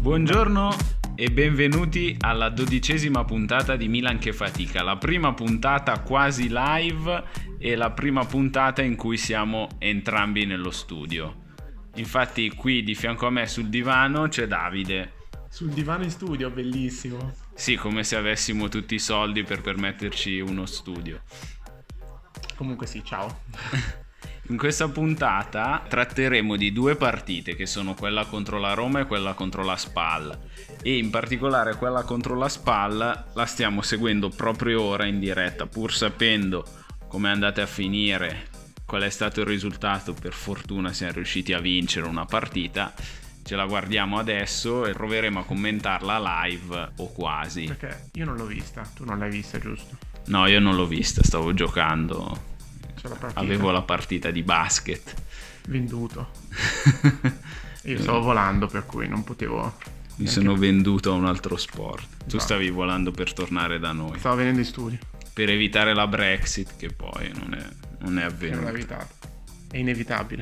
Buongiorno e benvenuti alla 12ª puntata di Milan che fatica, la prima puntata quasi live e la prima puntata in cui siamo entrambi nello studio. Infatti qui di fianco a me sul divano c'è Davide. Sul divano in studio, bellissimo. Sì, come se avessimo tutti i soldi per permetterci uno studio. Comunque sì, ciao. In questa puntata tratteremo di due partite che sono quella contro la Roma e quella contro la SPAL, e in particolare quella contro la SPAL la stiamo seguendo proprio ora in diretta, pur sapendo come è andata a finire, qual è stato il risultato. Per fortuna siamo riusciti a vincere una partita, ce la guardiamo adesso e proveremo a commentarla live o quasi. Perché io non l'ho vista, tu non l'hai vista, giusto? No, io non l'ho vista, stavo giocando. Avevo la partita di basket. Venduto. Io stavo volando, per cui non potevo. Mi sono venduto a un altro sport. Tu No. stavi volando per tornare da noi. Stavo venendo in studio. Per evitare la Brexit, che poi non è Non l'ho avvenuta. evitato. È inevitabile.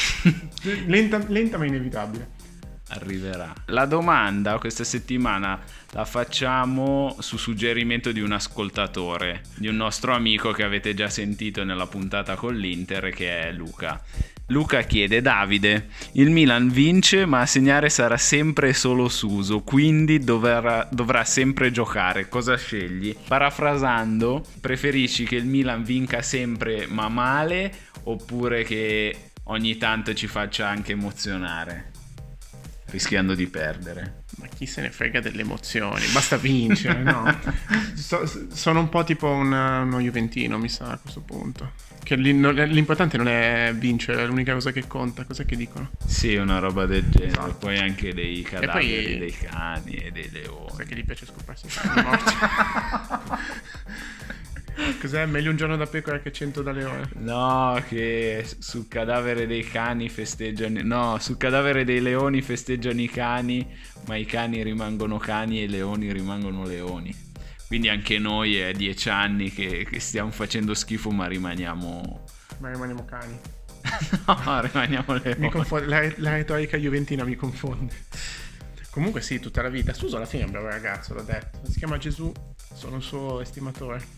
lenta ma inevitabile. Arriverà. La domanda questa settimana la facciamo su suggerimento di un ascoltatore, di un nostro amico che avete già sentito nella puntata con l'Inter, che è Luca. Luca chiede: Davide, il Milan vince ma a segnare sarà sempre e solo Suso, quindi dovrà sempre giocare, cosa scegli? Parafrasando, preferisci che il Milan vinca sempre ma male, oppure che ogni tanto ci faccia anche emozionare, rischiando di perdere? Ma chi se ne frega delle emozioni? Basta vincere, no? Sono un po' tipo uno juventino, mi sa, a questo punto. Che l'importante non è vincere, è l'unica cosa che conta. Cos'è che dicono? Sì, una roba del genere. Esatto. Poi anche dei cadaveri poi- dei cani e dei leoni. Cos'è che gli piace scoparsi i cani morti? Cos'è? Meglio un giorno da pecora che 100 da leone. No, che sul cadavere dei cani festeggiano. No, sul cadavere dei leoni festeggiano i cani, ma i cani rimangono cani e i leoni rimangono leoni. Quindi anche noi è 10 anni che stiamo facendo schifo, ma rimaniamo. Ma rimaniamo cani. No, rimaniamo leoni. Mi confonde, la retorica juventina mi confonde. Comunque sì, tutta la vita. Suso alla fine è un bravo ragazzo, l'ho detto. Si chiama Gesù, sono il suo estimatore.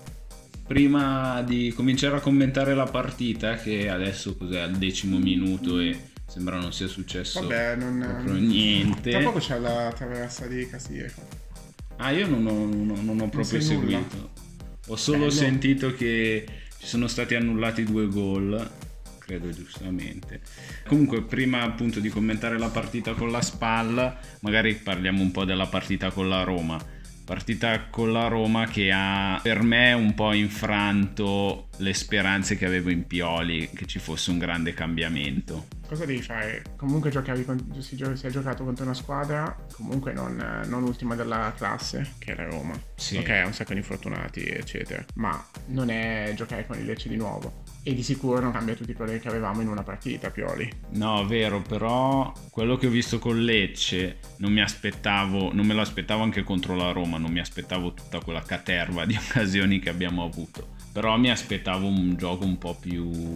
Prima di cominciare a commentare la partita, che adesso cos'è al 10° minuto e sembra non sia successo Vabbè, proprio niente. Tra poco c'è la traversa di Castillejo. Ah, io non ho proprio sai nulla? seguito. Ho solo No. sentito che ci sono stati annullati 2 gol, credo giustamente. Comunque, prima appunto di commentare la partita con la SPAL, magari parliamo un po' della partita con la Roma. Partita con la Roma che ha per me un po' infranto le speranze che avevo in Pioli, che ci fosse un grande cambiamento. Cosa devi fare? Comunque si è giocato contro una squadra comunque non ultima della classe, che è la Roma. Sì. Ok, ha un sacco di infortunati, eccetera. Ma non è giocare con il Lecce di nuovo. E di sicuro non cambia tutti quelli che avevamo in una partita, Pioli. No, vero, però quello che ho visto con Lecce non me lo aspettavo anche contro la Roma, non mi aspettavo tutta quella caterva di occasioni che abbiamo avuto. Però mi aspettavo un gioco un po' più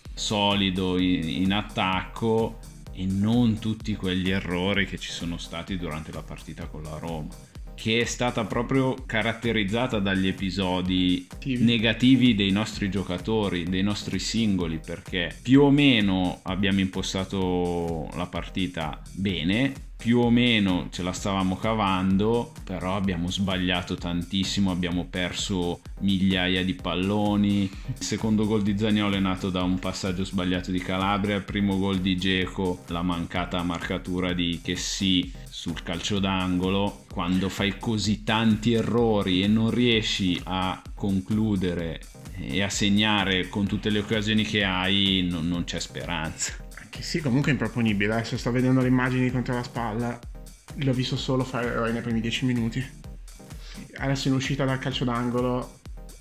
solido in attacco e non tutti quegli errori che ci sono stati durante la partita con la Roma, che è stata proprio caratterizzata dagli episodi negativi dei nostri giocatori, dei nostri singoli, perché più o meno abbiamo impostato la partita bene, più o meno ce la stavamo cavando, però abbiamo sbagliato tantissimo, abbiamo perso migliaia di palloni. Il secondo gol di Zaniolo è nato da un passaggio sbagliato di Calabria, il primo gol di Dzeko, la mancata marcatura di Kessie sul calcio d'angolo. Quando fai così tanti errori e non riesci a concludere e a segnare con tutte le occasioni che hai, non c'è speranza. Che sì, comunque è improponibile. Adesso sto vedendo le immagini contro la spalla. L'ho visto solo fare errori nei primi 10 minuti. Adesso in uscita dal calcio d'angolo,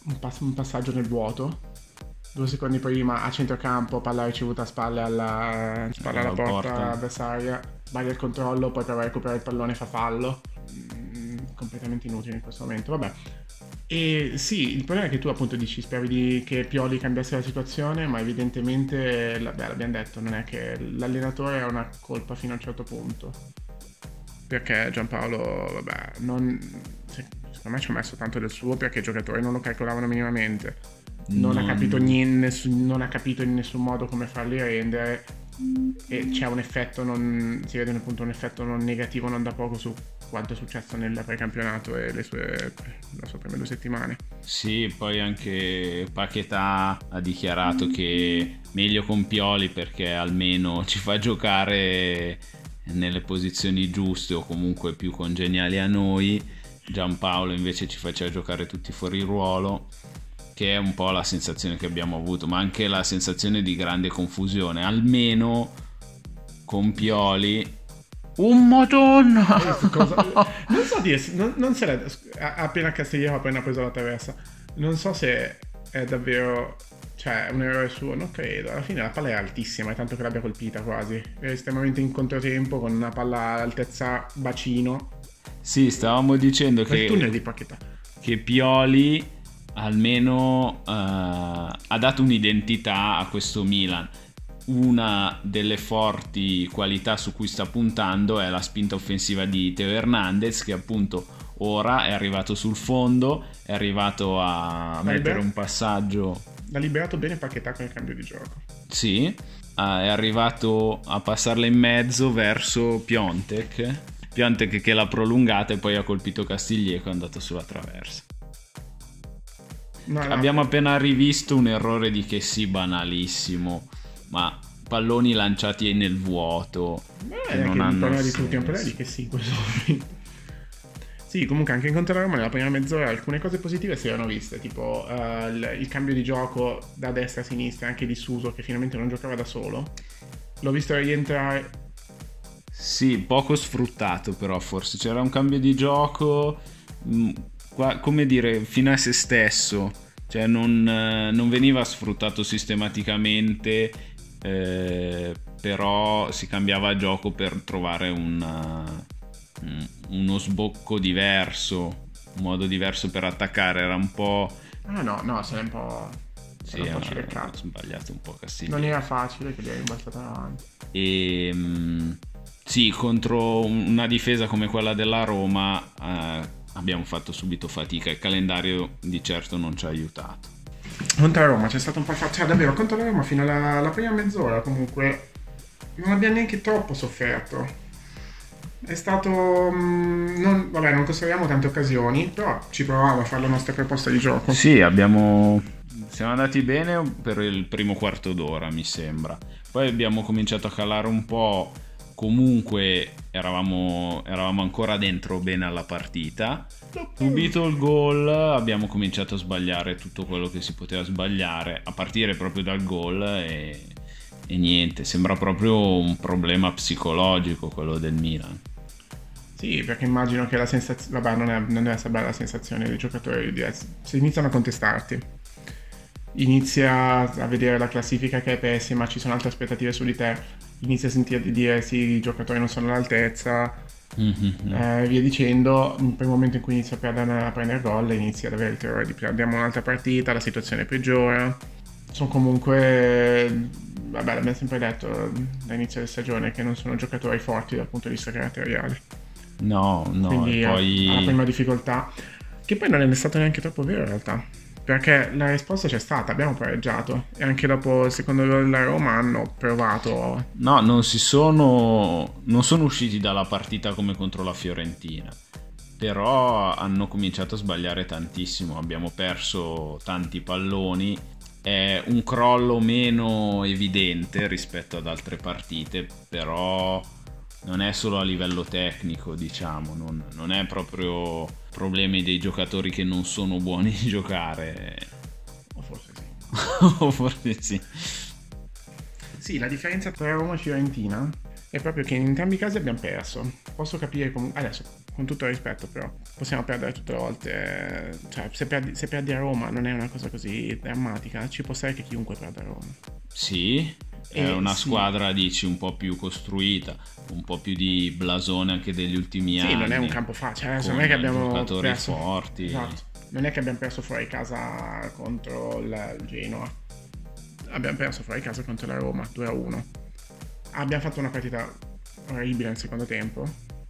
un passaggio nel vuoto. 2 secondi prima a centrocampo, palla ricevuta a spalle alla porta avversaria. Sbaglia il controllo, poi prova a recuperare il pallone, fa fallo. Completamente inutile in questo momento, vabbè. E sì, il problema è che tu appunto dici speravi che Pioli cambiasse la situazione, ma evidentemente, l'abbiamo detto, non è che l'allenatore ha una colpa fino a un certo punto. perché Giampaolo, vabbè, secondo me ci ha messo tanto del suo, perché i giocatori non lo calcolavano minimamente, non ha capito non ha capito in nessun modo come farli rendere, e c'è un effetto, si vede appunto un effetto non negativo non da poco su quanto è successo nel precampionato e le sue prime 2 settimane. Sì, poi anche Paquetá ha dichiarato che meglio con Pioli perché almeno ci fa giocare nelle posizioni giuste o comunque più congeniali a noi. Giampaolo invece ci faceva giocare tutti fuori ruolo, che è un po' la sensazione che abbiamo avuto, ma anche la sensazione di grande confusione, almeno con Pioli. Madonna! Non so dire, non se l'è, appena Castigliero appena preso la traversa, non so se è davvero, cioè, un errore suo, non credo. Alla fine la palla è altissima, è tanto che l'abbia colpita quasi, è estremamente in controtempo con una palla all'altezza bacino. Sì, stavamo dicendo che il tunnel di Paquetá, che Pioli almeno ha dato un'identità a questo Milan. Una delle forti qualità su cui sta puntando è la spinta offensiva di Teo Hernandez, che appunto ora è arrivato sul fondo, è arrivato a mettere un passaggio. L'ha liberato bene Paquetá con il cambio di gioco. Sì, è arrivato a passarla in mezzo verso Piontek che l'ha prolungata e poi ha colpito Castigliero, che è andato sulla traversa. Abbiamo appena rivisto un errore di Kessie banalissimo, ma palloni lanciati nel vuoto che non hanno senso. Di tutti, un po' di Kessie in questo momento. Sì, comunque anche contro la Roma nella prima mezz'ora alcune cose positive si erano viste, tipo il cambio di gioco da destra a sinistra, anche di Suso che finalmente non giocava da solo. L'ho visto rientrare. Sì, poco sfruttato però, forse c'era un cambio di gioco, come dire, fino a se stesso, cioè non veniva sfruttato sistematicamente, però si cambiava gioco per trovare uno sbocco diverso, un modo diverso per attaccare. Era un po'... no, se n'è un po'... Sì, ha sbagliato un po' Castigliero. Non era facile che li hai rimbalzata avanti. E sì, contro una difesa come quella della Roma abbiamo fatto subito fatica. Il calendario di certo non ci ha aiutato. Contro la Roma c'è stato un po' cioè davvero contro la Roma fino alla prima mezz'ora comunque non abbiamo neanche troppo sofferto. È stato non costruiamo tante occasioni, però ci provavamo a fare la nostra proposta di gioco. Sì, siamo andati bene per il primo quarto d'ora, mi sembra. Poi abbiamo cominciato a calare un po'. Comunque eravamo ancora dentro bene alla partita. Subito il gol abbiamo cominciato a sbagliare tutto quello che si poteva sbagliare, a partire proprio dal gol e niente, sembra proprio un problema psicologico quello del Milan. Sì, perché immagino che la sensazione, non deve essere bella la sensazione dei giocatori se iniziano a contestarti, inizia a vedere la classifica che è pessima, ci sono altre aspettative su di te, inizia a sentire di dire sì, i giocatori non sono all'altezza, via dicendo. Per il momento in cui inizia a prendere gol, inizia ad avere il terrore di perdiamo un'altra partita, la situazione peggiora. Sono comunque, l'abbiamo sempre detto dall'inizio della stagione che non sono giocatori forti dal punto di vista caratteriale. No, quindi poi alla prima difficoltà, che poi non è stato neanche troppo vero in realtà, perché la risposta c'è stata, abbiamo pareggiato e anche dopo il secondo gol della Roma hanno provato. No, non sono usciti dalla partita come contro la Fiorentina, però hanno cominciato a sbagliare tantissimo, abbiamo perso tanti palloni. È un crollo meno evidente rispetto ad altre partite, però non è solo a livello tecnico, diciamo, non è proprio problemi dei giocatori che non sono buoni di giocare. O forse sì. O forse sì. Sì, la differenza tra Roma e Fiorentina è proprio che in entrambi i casi abbiamo perso. Posso capire adesso, con tutto il rispetto, però possiamo perdere tutte le volte. Cioè, se perdi a Roma non è una cosa così drammatica, ci può stare che chiunque perda a Roma. Sì, è una squadra, dici, un po' più costruita, un po' più di blasone anche degli ultimi anni. Sì, non è un campo facile, non è che abbiamo giocatori perso forti. Esatto. Non è che abbiamo perso fuori casa contro il Genoa. Abbiamo perso fuori casa contro la Roma 2-1. Abbiamo fatto una partita orribile nel secondo tempo,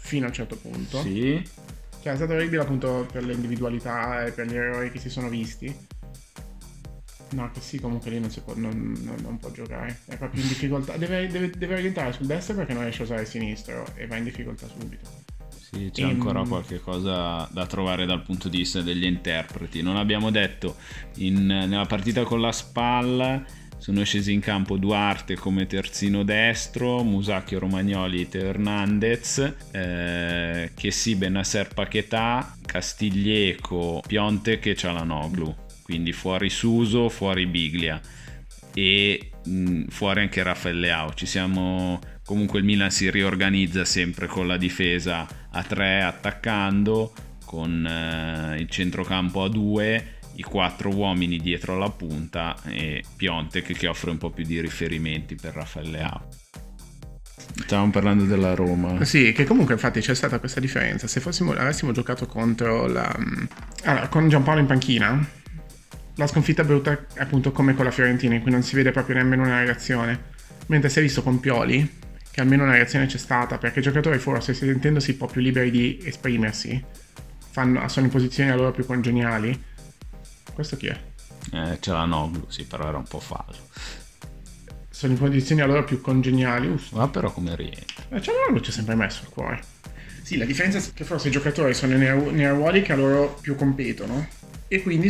fino a un certo punto. Sì. Cioè è stato orribile appunto per le individualità e per gli errori che si sono visti. No, che sì, comunque lì non può giocare. È proprio in difficoltà. Deve orientare sul destro perché non riesce a usare il sinistro e va in difficoltà subito. Sì, c'è ancora qualche cosa da trovare dal punto di vista degli interpreti. Non abbiamo detto, nella partita con la SPAL sono scesi in campo Duarte come terzino destro, Musacchio, Romagnoli, Teo Hernandez, Chessy, Benasser, Paquetá, Castiglieco, Piontek e Çalhanoğlu. Quindi fuori Suso, fuori Biglia e fuori anche Rafael Leao. Comunque il Milan si riorganizza sempre con la difesa a 3 attaccando, con il centrocampo a 2, i 4 uomini dietro alla punta e Piontek che offre un po' più di riferimenti per Rafael Leao. Stavamo parlando della Roma. Sì, che comunque infatti c'è stata questa differenza. Se avessimo giocato contro con Giampaolo in panchina, la sconfitta brutta è appunto come con la Fiorentina, in cui non si vede proprio nemmeno una reazione. Mentre si è visto con Pioli che almeno una reazione c'è stata, perché i giocatori forse, sentendosi un po' più liberi di esprimersi, sono in posizioni a loro più congeniali. Questo chi è? Çalhanoğlu, sì, però era un po' fallo. Sono in posizioni a loro più congeniali. Ma però come rientra? Çalhanoğlu ci ha sempre messo il cuore. Sì, la differenza è che forse i giocatori sono nei ruoli che a loro più competono e quindi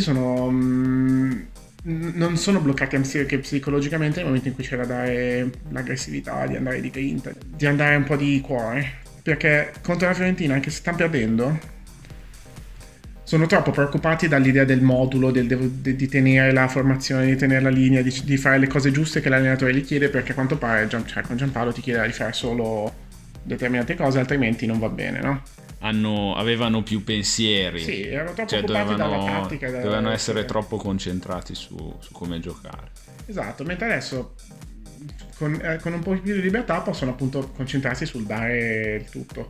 non sono bloccati anche psicologicamente nel momento in cui c'è da dare l'aggressività, di andare di grinta, di andare un po' di cuore, perché contro la Fiorentina, anche se stanno perdendo, sono troppo preoccupati dall'idea del modulo, di tenere la formazione, di tenere la linea, di fare le cose giuste che l'allenatore gli chiede, perché a quanto pare con Giampaolo ti chiede di fare solo determinate cose, altrimenti non va bene, no? Avevano più pensieri. Sì, erano troppo occupati dalla tattica. Dovevano essere troppo concentrati su come giocare. Esatto, mentre adesso con un po' più di libertà possono appunto concentrarsi sul dare il tutto.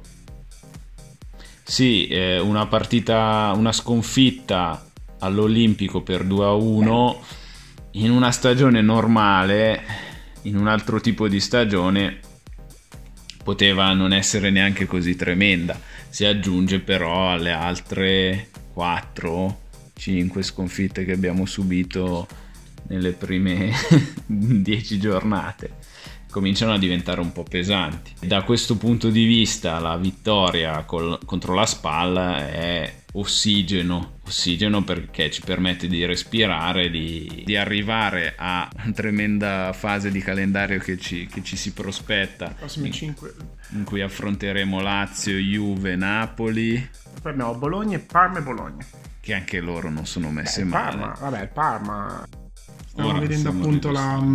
Sì, una sconfitta all'Olimpico per 2-1 in una stagione normale, in un altro tipo di stagione poteva non essere neanche così tremenda. Si aggiunge però alle altre 4-5 sconfitte che abbiamo subito nelle prime 10 giornate. Cominciano a diventare un po' pesanti. Da questo punto di vista la vittoria contro la SPAL è ossigeno perché ci permette di respirare, di arrivare a una tremenda fase di calendario che ci si prospetta, in cui affronteremo Lazio, Juve, Napoli. Poi abbiamo Bologna, Parma e Bologna, che anche loro non sono messe male. Il Parma stiamo vedendo appunto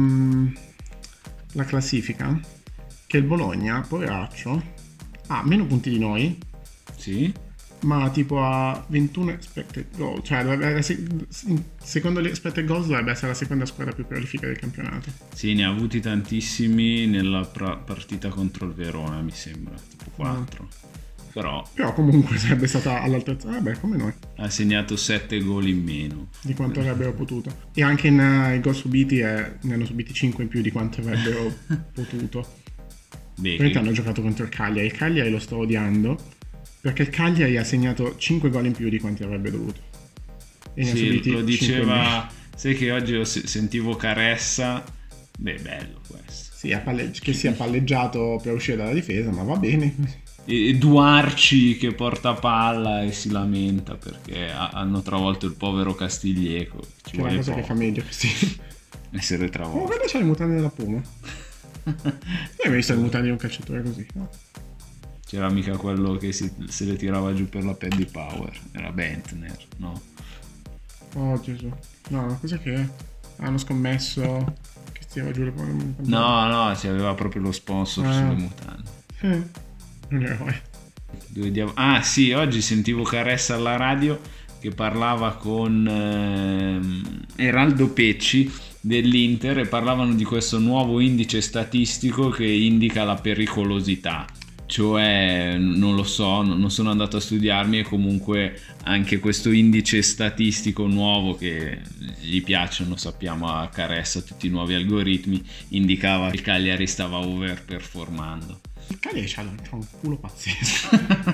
la classifica, che il Bologna, poveraccio, ha meno punti di noi. Sì, ma tipo a 21 expected goal, cioè secondo gli expected goals dovrebbe essere la seconda squadra più prolifica del campionato. Sì, ne ha avuti tantissimi nella partita contro il Verona, mi sembra, tipo 4. Però comunque sarebbe stata all'altezza, come noi. Ha segnato 7 gol in meno di quanto avrebbero potuto, e anche i gol subiti ne hanno subiti 5 in più di quanto avrebbero potuto. Poi hanno giocato contro il Cagliari lo sto odiando, perché il Cagliari ha segnato 5 gol in più di quanti avrebbe dovuto. E ne ha subiti lo diceva, sai che oggi sentivo Caressa, bello questo. Sì, che sia palleggiato per uscire dalla difesa, ma va bene. E Duarci che porta palla e si lamenta perché hanno travolto il povero Castiglieco. C'è una cosa che fa meglio, sì. Essere travolto. Guarda, c'è le mutande della Puma. Non hai mai visto le mutande di un calciatore così? No. C'era mica quello che se le tirava giù per la Paddy Power, era Bentner, no? Oh Gesù, no, cos'è che è? Hanno scommesso che tirava giù le mutande? No, si aveva proprio lo sponsor sulle mutande. Un eroe. Ah sì, oggi sentivo Caressa alla radio che parlava con Eraldo Pecci dell'Inter e parlavano di questo nuovo indice statistico che indica la pericolosità. Cioè, non lo so, non sono andato a studiarmi, e comunque anche questo indice statistico nuovo che gli piacciono, sappiamo, a Caressa tutti i nuovi algoritmi, indicava che il Cagliari stava overperformando. Il Cagliari c'ha un culo pazzesco.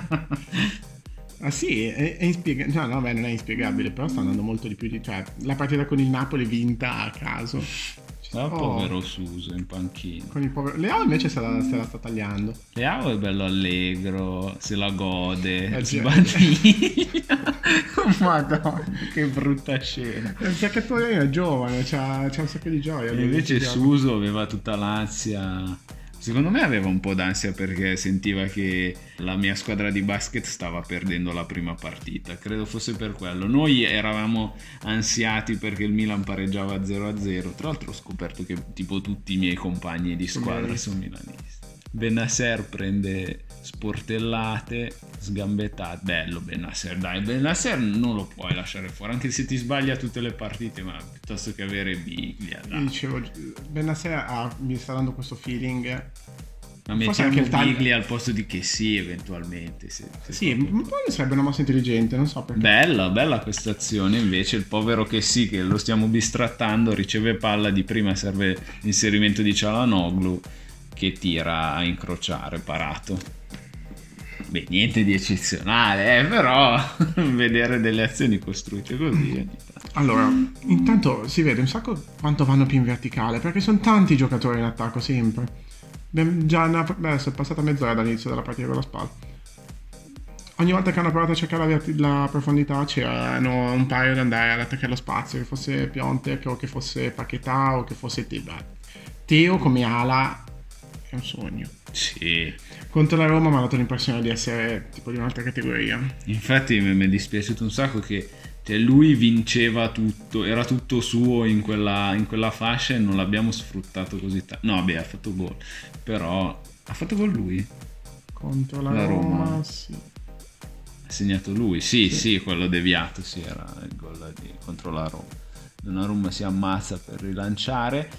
Ah sì, è inspiegabile. No, vabbè, non è inspiegabile, però sta andando molto di più di... Cioè, la partita con il Napoli vinta a caso. Povero Suso in panchina. Con il povero... Leao invece se la sta tagliando. Leao è bello allegro, se la gode, sbadiglia. Madonna, che brutta scena. Perché Torino è giovane, c'ha un sacco di gioia. E invece Suso aveva tutta l'ansia. Secondo me aveva un po' d'ansia perché sentiva che la mia squadra di basket stava perdendo la prima partita. Credo fosse per quello. Noi eravamo ansiati perché il Milan pareggiava 0-0. Tra l'altro ho scoperto che tipo tutti i miei compagni di squadra sono milanisti. Bennacer prende sportellate, sgambettate. Bello Bennacer, dai. Bennacer non lo puoi lasciare fuori, anche se ti sbaglia tutte le partite, ma piuttosto che avere Biglia, dai. Io dicevo, Bennacer mi sta dando questo feeling. Ma mettiamo anche Biglia al posto di che sì, eventualmente. Sì, ma poi sarebbe una mossa intelligente, non so perché. Bella questa azione, invece il povero che sì, che lo stiamo bistrattando, riceve palla, di prima serve l'inserimento di Çalhanoğlu che tira a incrociare, parato. Beh, niente di eccezionale, però vedere delle azioni costruite così. Allora, intanto si vede un sacco quanto vanno più in verticale, perché sono tanti giocatori in attacco sempre. Adesso è passata mezz'ora dall'inizio della partita con la spalla. Ogni volta che hanno provato a cercare la profondità c'erano un paio da andare ad attaccare lo spazio, che fosse Piontek o che fosse Paquetá o che fosse Teo come ala è un sogno. Sì. Contro la Roma mi ha dato l'impressione di essere tipo di un'altra categoria. Infatti mi è dispiaciuto un sacco che lui vinceva tutto, era tutto suo in quella fascia e non l'abbiamo sfruttato così tanto. No, beh, ha fatto gol, però ha fatto gol lui? Contro la Roma, sì. Ha segnato lui, sì, quello deviato, sì, era il gol contro la Roma. Donnarumma si ammazza per rilanciare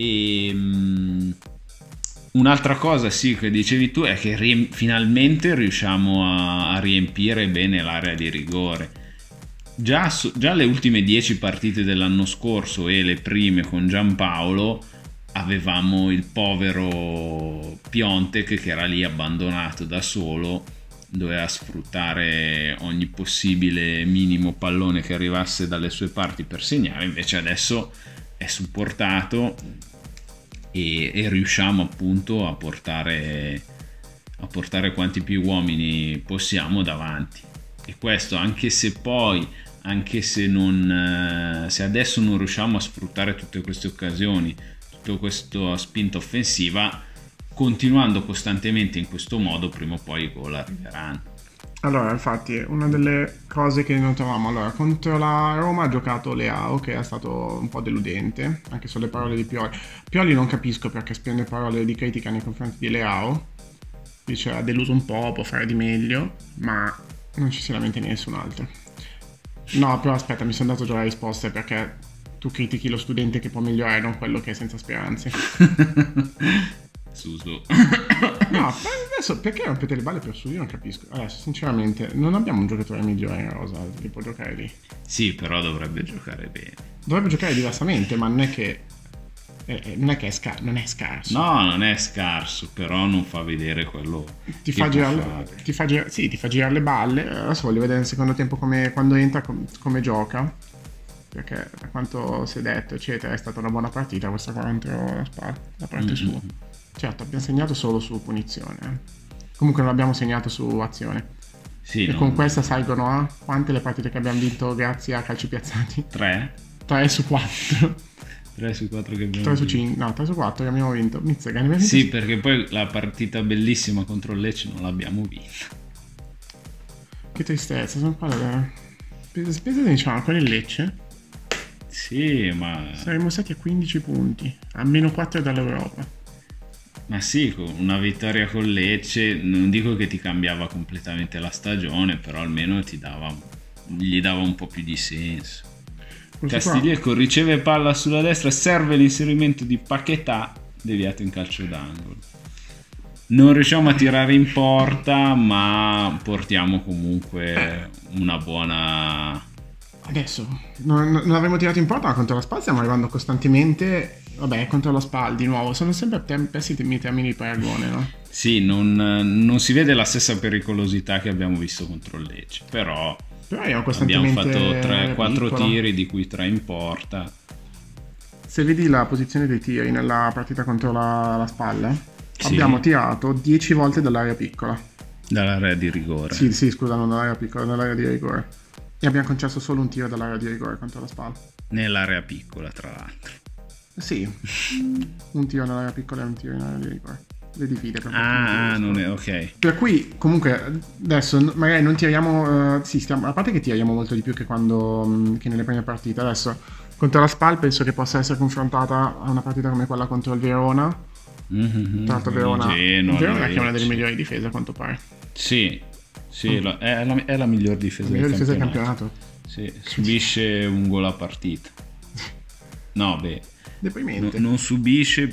e... Un'altra cosa sì che dicevi tu è che finalmente riusciamo a riempire bene l'area di rigore. Già le ultime 10 partite dell'anno scorso e le prime con Giampaolo avevamo il povero Piontek che era lì abbandonato da solo, doveva sfruttare ogni possibile minimo pallone che arrivasse dalle sue parti per segnare, invece adesso è supportato e riusciamo appunto a portare quanti più uomini possiamo davanti. E questo anche se adesso non riusciamo a sfruttare tutte queste occasioni, tutta questa spinta offensiva, continuando costantemente in questo modo prima o poi i gol arriveranno. Allora, infatti, una delle cose che notavamo, allora, contro la Roma ha giocato Leao, che è stato un po' deludente, anche sulle parole di Pioli. Pioli non capisco perché spende parole di critica nei confronti di Leao, dice ha deluso un po', può fare di meglio, ma non ci si lamenta di nessun altro. No, però aspetta, mi sono dato già la risposta, perché tu critichi lo studente che può migliorare, non quello che è senza speranze. Suso. No, adesso perché rompete le balle per Suso? Io non capisco. Adesso sinceramente non abbiamo un giocatore migliore in rosa che può giocare lì. Sì, però dovrebbe giocare bene. Dovrebbe giocare diversamente, ma non è che non è scarso. No, non è scarso, però non fa vedere quello ti fa girare le balle. Adesso voglio vedere nel secondo tempo quando entra come gioca, perché da quanto si è detto eccetera è stata una buona partita questa contro la Spal da parte sua. Certo, abbiamo segnato solo su punizione. Comunque non abbiamo segnato su azione. Sì, e con questa salgono a quante le partite che abbiamo vinto grazie a calci piazzati? 3 su 4. 3 su 4 che abbiamo 3 su 5, no, 3 su 4 che abbiamo vinto. Sì, perché poi la partita bellissima contro il Lecce non l'abbiamo vinta. Che tristezza, sono qua da... Pensate diciamo con il Lecce? Sì, ma... saremmo stati a 15 punti, a meno 4 dall'Europa. Ma sì, con una vittoria con Lecce, non dico che ti cambiava completamente la stagione, però almeno gli dava un po' più di senso. Castiglieco riceve palla sulla destra, serve l'inserimento di Paquetá, deviato in calcio d'angolo. Non riusciamo a tirare in porta, ma portiamo comunque una buona... Adesso non avremmo tirato in porta, ma contro la Spal stiamo arrivando costantemente. Vabbè, contro la Spal di nuovo sono sempre pessimi termini di paragone, no? Sì, non si vede la stessa pericolosità che abbiamo visto contro il Lecce, però abbiamo abbiamo fatto costantemente 4 tiri, di cui 3 in porta. Se vedi la posizione dei tiri nella partita contro la Spal, Sì. abbiamo tirato 10 volte dall'area piccola. Dall'area di rigore. Sì, scusa, non dall'area piccola, dall'area di rigore. E abbiamo concesso solo un tiro dall'area di rigore contro la Spal. Nell'area piccola, tra l'altro. Sì, un tiro nell'area piccola e un tiro in area di rigore. Le divide per Non è ok. Per cui comunque adesso magari non tiriamo, a parte che tiriamo molto di più che quando che nelle prime partite. Adesso contro la Spal penso che possa essere confrontata a una partita come quella contro il Verona. Tra l'altro Verona che è una delle migliori difese a quanto pare. Sì, è la miglior difesa del campionato. Sì, subisce un gol a partita. No, beh, deprimente. Non subisce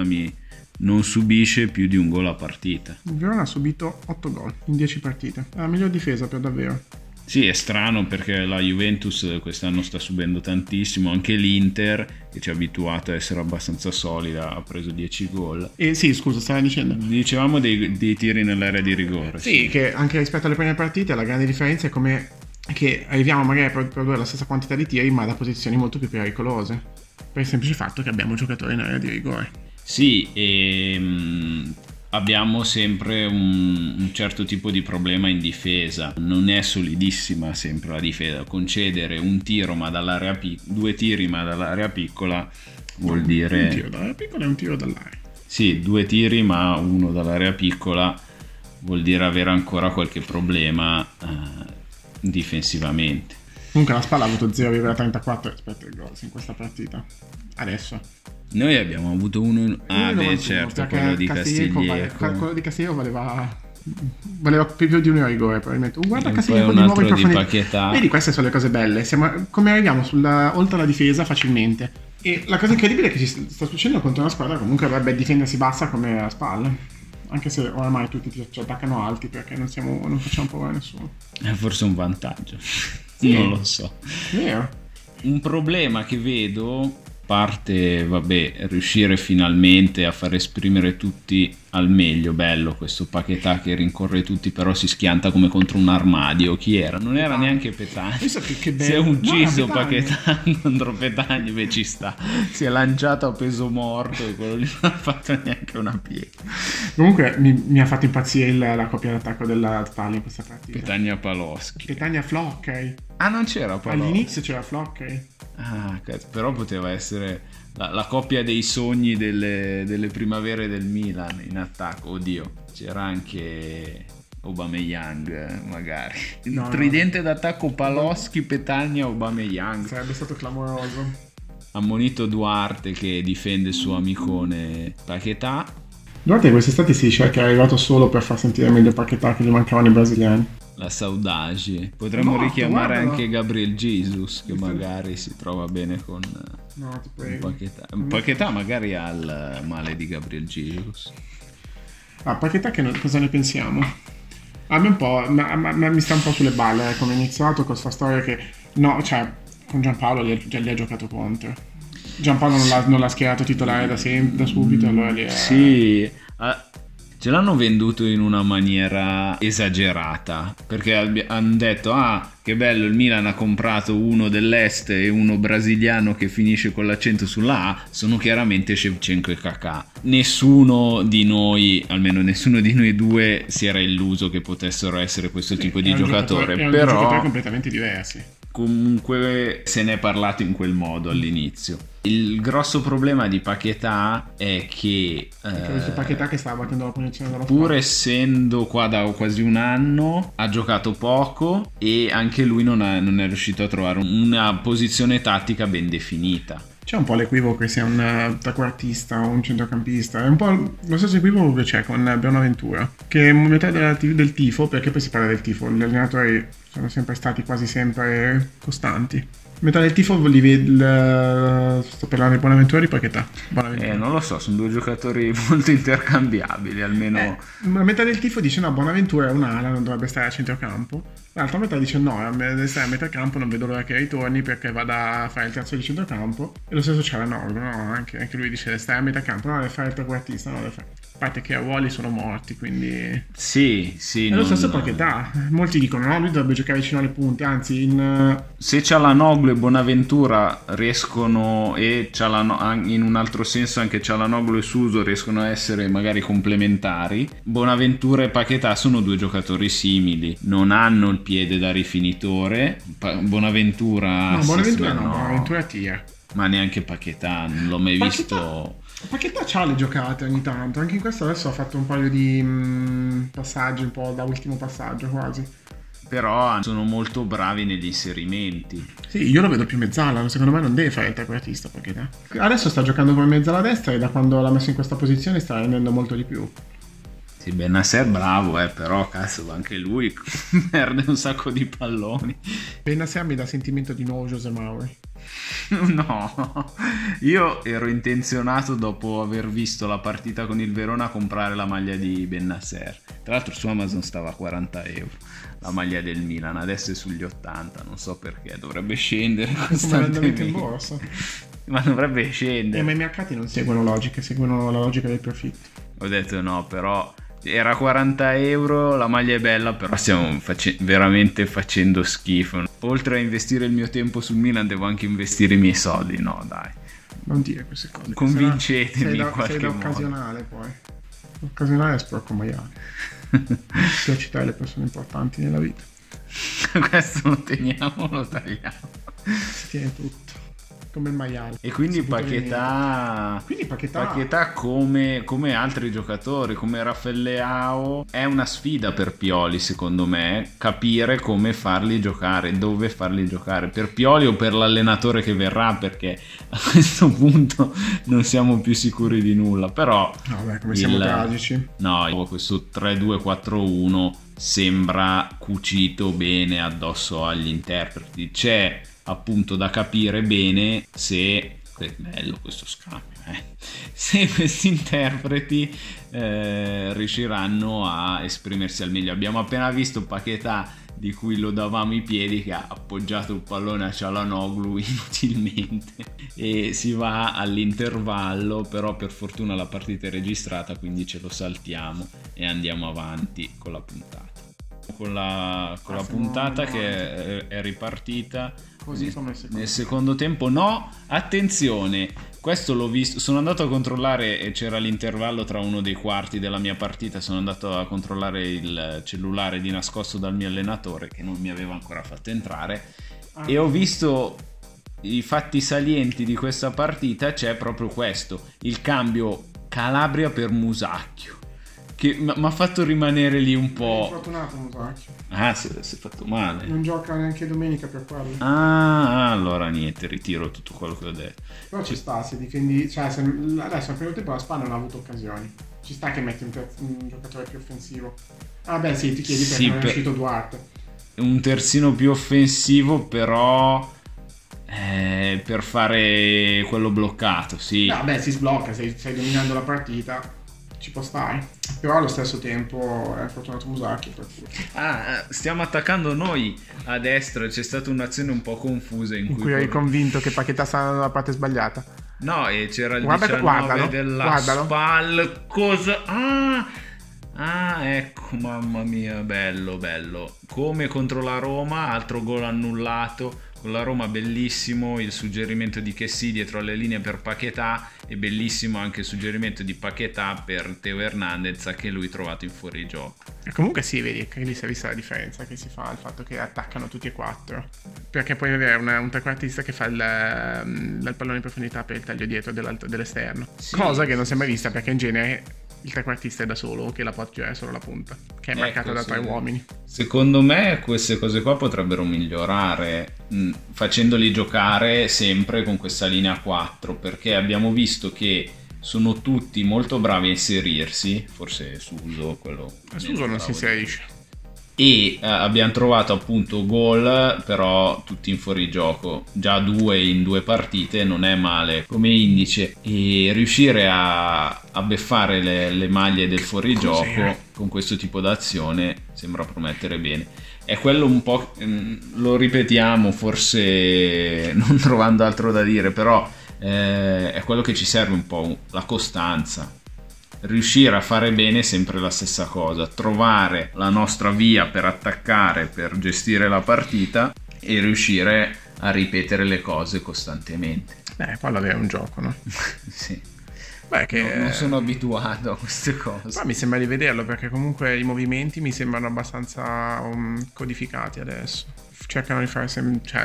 più di un gol a partita. Il Verona ha subito 8 gol in 10 partite. È la miglior difesa per davvero. Sì, è strano perché la Juventus quest'anno sta subendo tantissimo, anche l'Inter, che ci ha abituato a essere abbastanza solida, ha preso 10 gol. E sì, scusa, stavi dicendo? Dicevamo dei tiri nell'area di rigore. Sì, che anche rispetto alle prime partite la grande differenza è come che arriviamo magari a produrre la stessa quantità di tiri, ma da posizioni molto più pericolose, per il semplice fatto che abbiamo giocatori in area di rigore. Sì, e abbiamo sempre un certo tipo di problema in difesa. Non è solidissima sempre la difesa. Concedere un tiro ma dall'area due tiri ma dall'area piccola vuol dire... Un tiro dall'area piccola e un tiro dall'area. Sì, 2 tiri ma uno dall'area piccola vuol dire avere ancora qualche problema difensivamente. Comunque la Spal ha avuto 0,34 rispetto ai gol in questa partita. Adesso. Noi abbiamo avuto uno... certo, quello di Castiglieco. Quello di Castiglieco valeva più di un rigore probabilmente. Guarda Castiglieco di nuovo di Paquetá. Vedi, queste sono le cose belle. Come arriviamo oltre la difesa facilmente. E la cosa incredibile è che ci sta succedendo contro una squadra comunque dovrebbe difendersi bassa come la Spal. Anche se oramai tutti ci attaccano alti perché non facciamo paura a nessuno. È forse un vantaggio. Sì. Non lo so. Vero. Un problema che vedo, parte, riuscire finalmente a far esprimere tutti al meglio. Bello questo Paquetá che rincorre tutti, però si schianta come contro un armadio. Chi era? Non era neanche Petagni. Che bello. Si è ucciso Paquetá contro Petagni, ci sta. Si è lanciato a peso morto e quello lì non ha fatto neanche una piega. Comunque mi ha fatto impazzire la coppia d'attacco della Spal in questa partita. Petagna Paloschi. Petagna Floccai. Ah, non c'era Paloschi. All'inizio c'era Floccai. Ah, cazzo, però poteva essere la coppia dei sogni delle primavere del Milan in attacco. Oddio, c'era anche Aubameyang, magari. Il tridente d'attacco Paloschi, Petagna, Aubameyang. Sarebbe stato clamoroso. Ammonito Duarte che difende il suo amicone Paquetá. Duarte quest'estate si dice che è arrivato solo per far sentire meglio Paquetá, che gli mancavano i brasiliani. La saudade. Potremmo richiamare anche Gabriel Jesus, che magari si trova bene con Paquetá. Paquetá magari ha il male di Gabriel Jesus. Paquetá, cosa ne pensiamo? A me un po', mi sta un po' sulle balle, come è iniziato con questa storia che con Giampaolo gli ha giocato contro. Giampaolo non l'ha schierato titolare da subito, allora gli è... Sì, ce l'hanno venduto in una maniera esagerata, perché hanno detto che bello, il Milan ha comprato uno dell'est e uno brasiliano che finisce con l'accento sulla A, sono chiaramente Shevchenko e Kaká. Nessuno di noi due si era illuso che potessero essere questo tipo di giocatore, però erano giocatori completamente diversi. Comunque se ne è parlato in quel modo all'inizio. Il grosso problema di Paquetá è che Paquetá che stava battendo la punizione della pur essendo qua da quasi un anno ha giocato poco e anche lui non è riuscito a trovare una posizione tattica ben definita. C'è un po' l'equivoco che sia un trequartista o un centrocampista, è un po' lo stesso equivoco che c'è con Bonaventura, che è metà del tifo, perché poi si parla del tifo, gli allenatori sono sempre stati quasi sempre costanti, Metà del tifo sto parlando di Bonaventura e di Paquetá. Bonaventura. Non lo so, sono due giocatori molto intercambiabili, almeno. La metà del tifo dice no, Bonaventura è un'ala, non dovrebbe stare a centrocampo. L'altra metà dice no, deve stare a metà campo, non vedo l'ora che ritorni perché vada a fare il terzo di centrocampo. E lo stesso c'è la Noglu, no? Anche lui dice deve stare a metà campo, no, deve fare il trequartista, no, deve fare. A parte che a ruoli sono morti, quindi. Sì. È lo stesso Paquetá. Molti dicono no, lui dovrebbe giocare vicino alle punte, anzi se Çalhanoğlu e Bonaventura riescono, e in un altro senso anche Çalhanoğlu e Suso riescono a essere magari complementari, Bonaventura e Paquetá sono due giocatori simili, non hanno il piede da rifinitore. Bonaventura Bonaventura tira, ma neanche Paquetá, non l'ho mai visto. Paquetá c'ha le giocate ogni tanto, anche in questo adesso ha fatto un paio di passaggi, un po' da ultimo passaggio quasi. Però sono molto bravi negli inserimenti. Sì, io lo vedo più mezzala, secondo me non deve fare il trequartista Paquetá. Adesso sta giocando come mezzala destra e da quando l'ha messo in questa posizione sta rendendo molto di più. Sì, Bennacer bravo, però cazzo anche lui perde un sacco di palloni. Bennacer mi dà sentimento di nuovo José Mauri. No, io ero intenzionato dopo aver visto la partita con il Verona a comprare la maglia di Bennacer. Tra l'altro su Amazon stava a 40 euro la maglia del Milan, adesso è sugli 80, non so perché, dovrebbe scendere costantemente in borsa. Ma dovrebbe scendere. Ma i mercati non seguono logiche, seguono la logica del profitto. Ho detto no, però era 40 euro, la maglia è bella, però stiamo veramente facendo schifo. Oltre a investire il mio tempo sul Milan devo anche investire i miei soldi, no dai. Non dire queste cose. Convincetemi in qualche modo. Sei da occasionale poi. L'occasionale è sporco maiale. Si citare le persone importanti nella vita. Questo lo teniamo, lo tagliamo. Si tiene tutto. Come il maiale. E quindi Paquetá come altri giocatori, come Rafael Leao, è una sfida per Pioli, secondo me, capire come farli giocare, dove farli giocare, per Pioli o per l'allenatore che verrà, perché a questo punto non siamo più sicuri di nulla. Però come siamo tragici. No, questo 3-2-4-1 sembra cucito bene addosso agli interpreti. C'è appunto da capire bene se bello questo scambio se questi interpreti riusciranno a esprimersi al meglio. Abbiamo appena visto Paquetá, di cui lo davamo i piedi, che ha appoggiato il pallone a Çalhanoğlu inutilmente e si va all'intervallo, però per fortuna la partita è registrata, quindi ce lo saltiamo e andiamo avanti con la puntata. Con la puntata che è ripartita così nel secondo tempo. No, attenzione, questo l'ho visto, sono andato a controllare e c'era l'intervallo tra uno dei quarti della mia partita, sono andato a controllare il cellulare di nascosto dal mio allenatore che non mi aveva ancora fatto entrare e ho visto i fatti salienti di questa partita. C'è proprio questo, il cambio Calabria per Musacchio, che mi ha fatto rimanere lì un po'. È fortunato Musacchio. Si è fatto male. Non gioca neanche domenica per quello. Allora niente, ritiro tutto quello che ho detto. Però ci sta, se difendi, cioè adesso al primo tempo la Spal non ha avuto occasioni. Ci sta che metti un giocatore più offensivo. Sì, ti chiedi perché non è uscito Duarte. Un terzino più offensivo, però per fare quello bloccato, sì. Si sblocca, stai dominando la partita. Ci può stare, però allo stesso tempo è fortunato Musacchio per cui. Stiamo attaccando noi a destra, c'è stata un'azione un po' confusa in cui eri convinto che Paquetá stava dalla parte sbagliata. No, e c'era il 19 della Spal. Cosa? Ecco, mamma mia, bello come contro la Roma, altro gol annullato. Con la Roma bellissimo il suggerimento di Kessie dietro alle linee per Paquetá, e bellissimo anche il suggerimento di Paquetá per Teo Hernandez, che lui trovato in fuorigioco. E comunque sì, vedi che lì si è vista la differenza che si fa, il fatto che attaccano tutti e quattro, perché puoi avere un trequartista che fa il pallone in profondità per il taglio dietro dell'esterno, cosa che non si è mai vista, perché in genere il trequartista è da solo, che la può girare solo la punta, che è marcata da 3 uomini. Secondo me queste cose qua potrebbero migliorare facendoli giocare sempre con questa linea 4, perché abbiamo visto che sono tutti molto bravi a inserirsi, forse Suso non si inserisce. e abbiamo trovato appunto gol però tutti in fuorigioco, già 2 in 2 partite non è male come indice, e riuscire a beffare le maglie del fuorigioco con questo tipo d'azione sembra promettere bene. È quello un po', lo ripetiamo forse non trovando altro da dire, però è quello che ci serve un po', la costanza. Riuscire a fare bene sempre la stessa cosa, trovare la nostra via per attaccare, per gestire la partita e riuscire a ripetere le cose costantemente. Quello è un gioco, no? Sì. Che non sono abituato a queste cose. Ma mi sembra di vederlo, perché comunque i movimenti mi sembrano abbastanza codificati adesso. Cercano di fare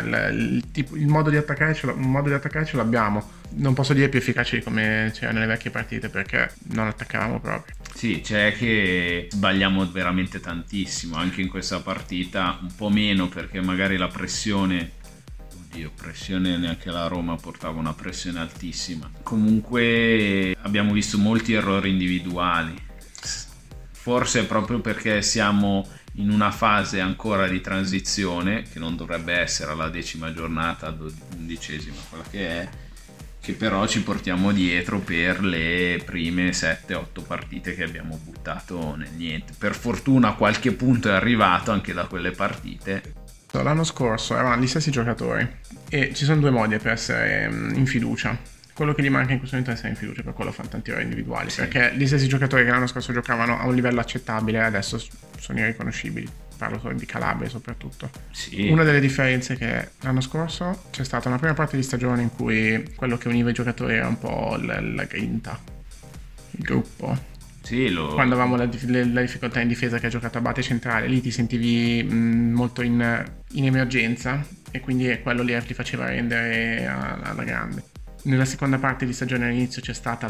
il modo di attaccare ce l'abbiamo. Non posso dire più efficace di come c'era nelle vecchie partite, perché non attaccavamo proprio. Sì, c'è che sbagliamo veramente tantissimo anche in questa partita, un po' meno perché magari la pressione neanche la Roma portava una pressione altissima. Comunque abbiamo visto molti errori individuali, forse proprio perché siamo in una fase ancora di transizione, che non dovrebbe essere alla 10ª giornata, 11ª, quella che è, che però ci portiamo dietro per le prime 7-8 partite che abbiamo buttato nel niente. Per fortuna qualche punto è arrivato anche da quelle partite. L'anno scorso erano gli stessi giocatori e ci sono 2 modi per essere in fiducia. Quello che gli manca in questo momento è essere in fiducia, per quello fanno tanti errori individuali, sì. Perché gli stessi giocatori che l'anno scorso giocavano a un livello accettabile adesso sono irriconoscibili. Parlo solo di Calabria soprattutto. Sì. Una delle differenze è che l'anno scorso c'è stata una prima parte di stagione in cui quello che univa i giocatori era un po' la grinta, il gruppo. Sì, Quando avevamo la difficoltà in difesa, che ha giocato a base centrale, lì ti sentivi molto in emergenza, e quindi quello lì ti faceva rendere alla grande. Nella seconda parte di stagione all'inizio c'è stata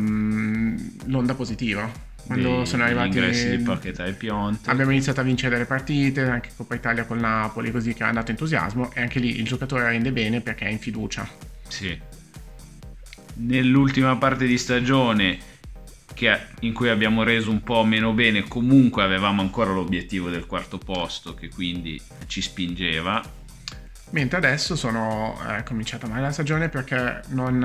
l'onda positiva, quando sono arrivati gli ingressi di Paquetá e Piontek. Abbiamo iniziato a vincere delle partite, anche Coppa Italia con Napoli, così, che ha dato entusiasmo, e anche lì il giocatore rende bene perché è in fiducia. Sì. Nell'ultima parte di stagione, in cui abbiamo reso un po' meno bene, comunque avevamo ancora l'obiettivo del 4º posto, che quindi ci spingeva. Mentre adesso è cominciata male la stagione, perché non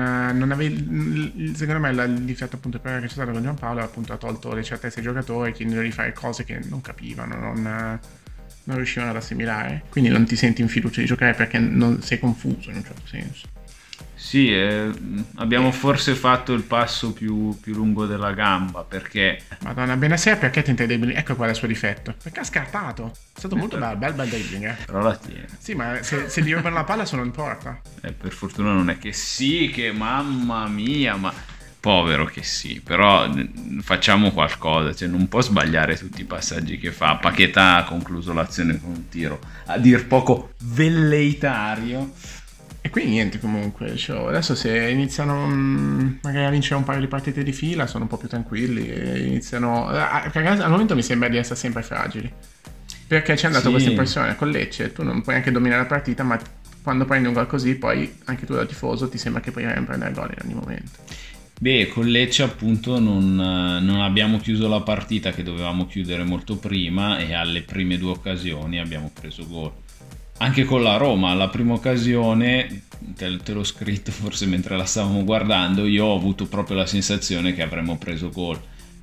avevi, secondo me il difetto appunto che c'è stato con Giampaolo appunto ha tolto le certezze ai giocatori, chiedendo di fare cose che non capivano, non riuscivano ad assimilare, quindi non ti senti in fiducia di giocare perché non sei confuso in un certo senso. Sì, abbiamo forse fatto il passo più lungo della gamba, perché Madonna, Benasser perché tenta i dribbling? Ecco qual è il suo difetto, perché ha scartato. È stato molto bel dribbling, però la tiene. Sì, ma se gli rubano la palla sono in porta. Per fortuna non è che sì, che mamma mia, ma povero che sì, però facciamo qualcosa, cioè non può sbagliare tutti i passaggi che fa. Paquetá ha concluso l'azione con un tiro a dir poco velleitario. E quindi niente, comunque adesso se iniziano magari a vincere un paio di partite di fila sono un po' più tranquilli e iniziano, perché al momento mi sembra di essere sempre fragili, perché c'è andata questa impressione con Lecce, tu non puoi anche dominare la partita, ma quando prendi un gol così poi anche tu da tifoso ti sembra che puoi prendere gol in ogni momento. Con Lecce appunto non abbiamo chiuso la partita che dovevamo chiudere molto prima, e alle prime 2 occasioni abbiamo preso gol. Anche con la Roma, la prima occasione, te l'ho scritto forse mentre la stavamo guardando, io ho avuto proprio la sensazione che avremmo preso gol,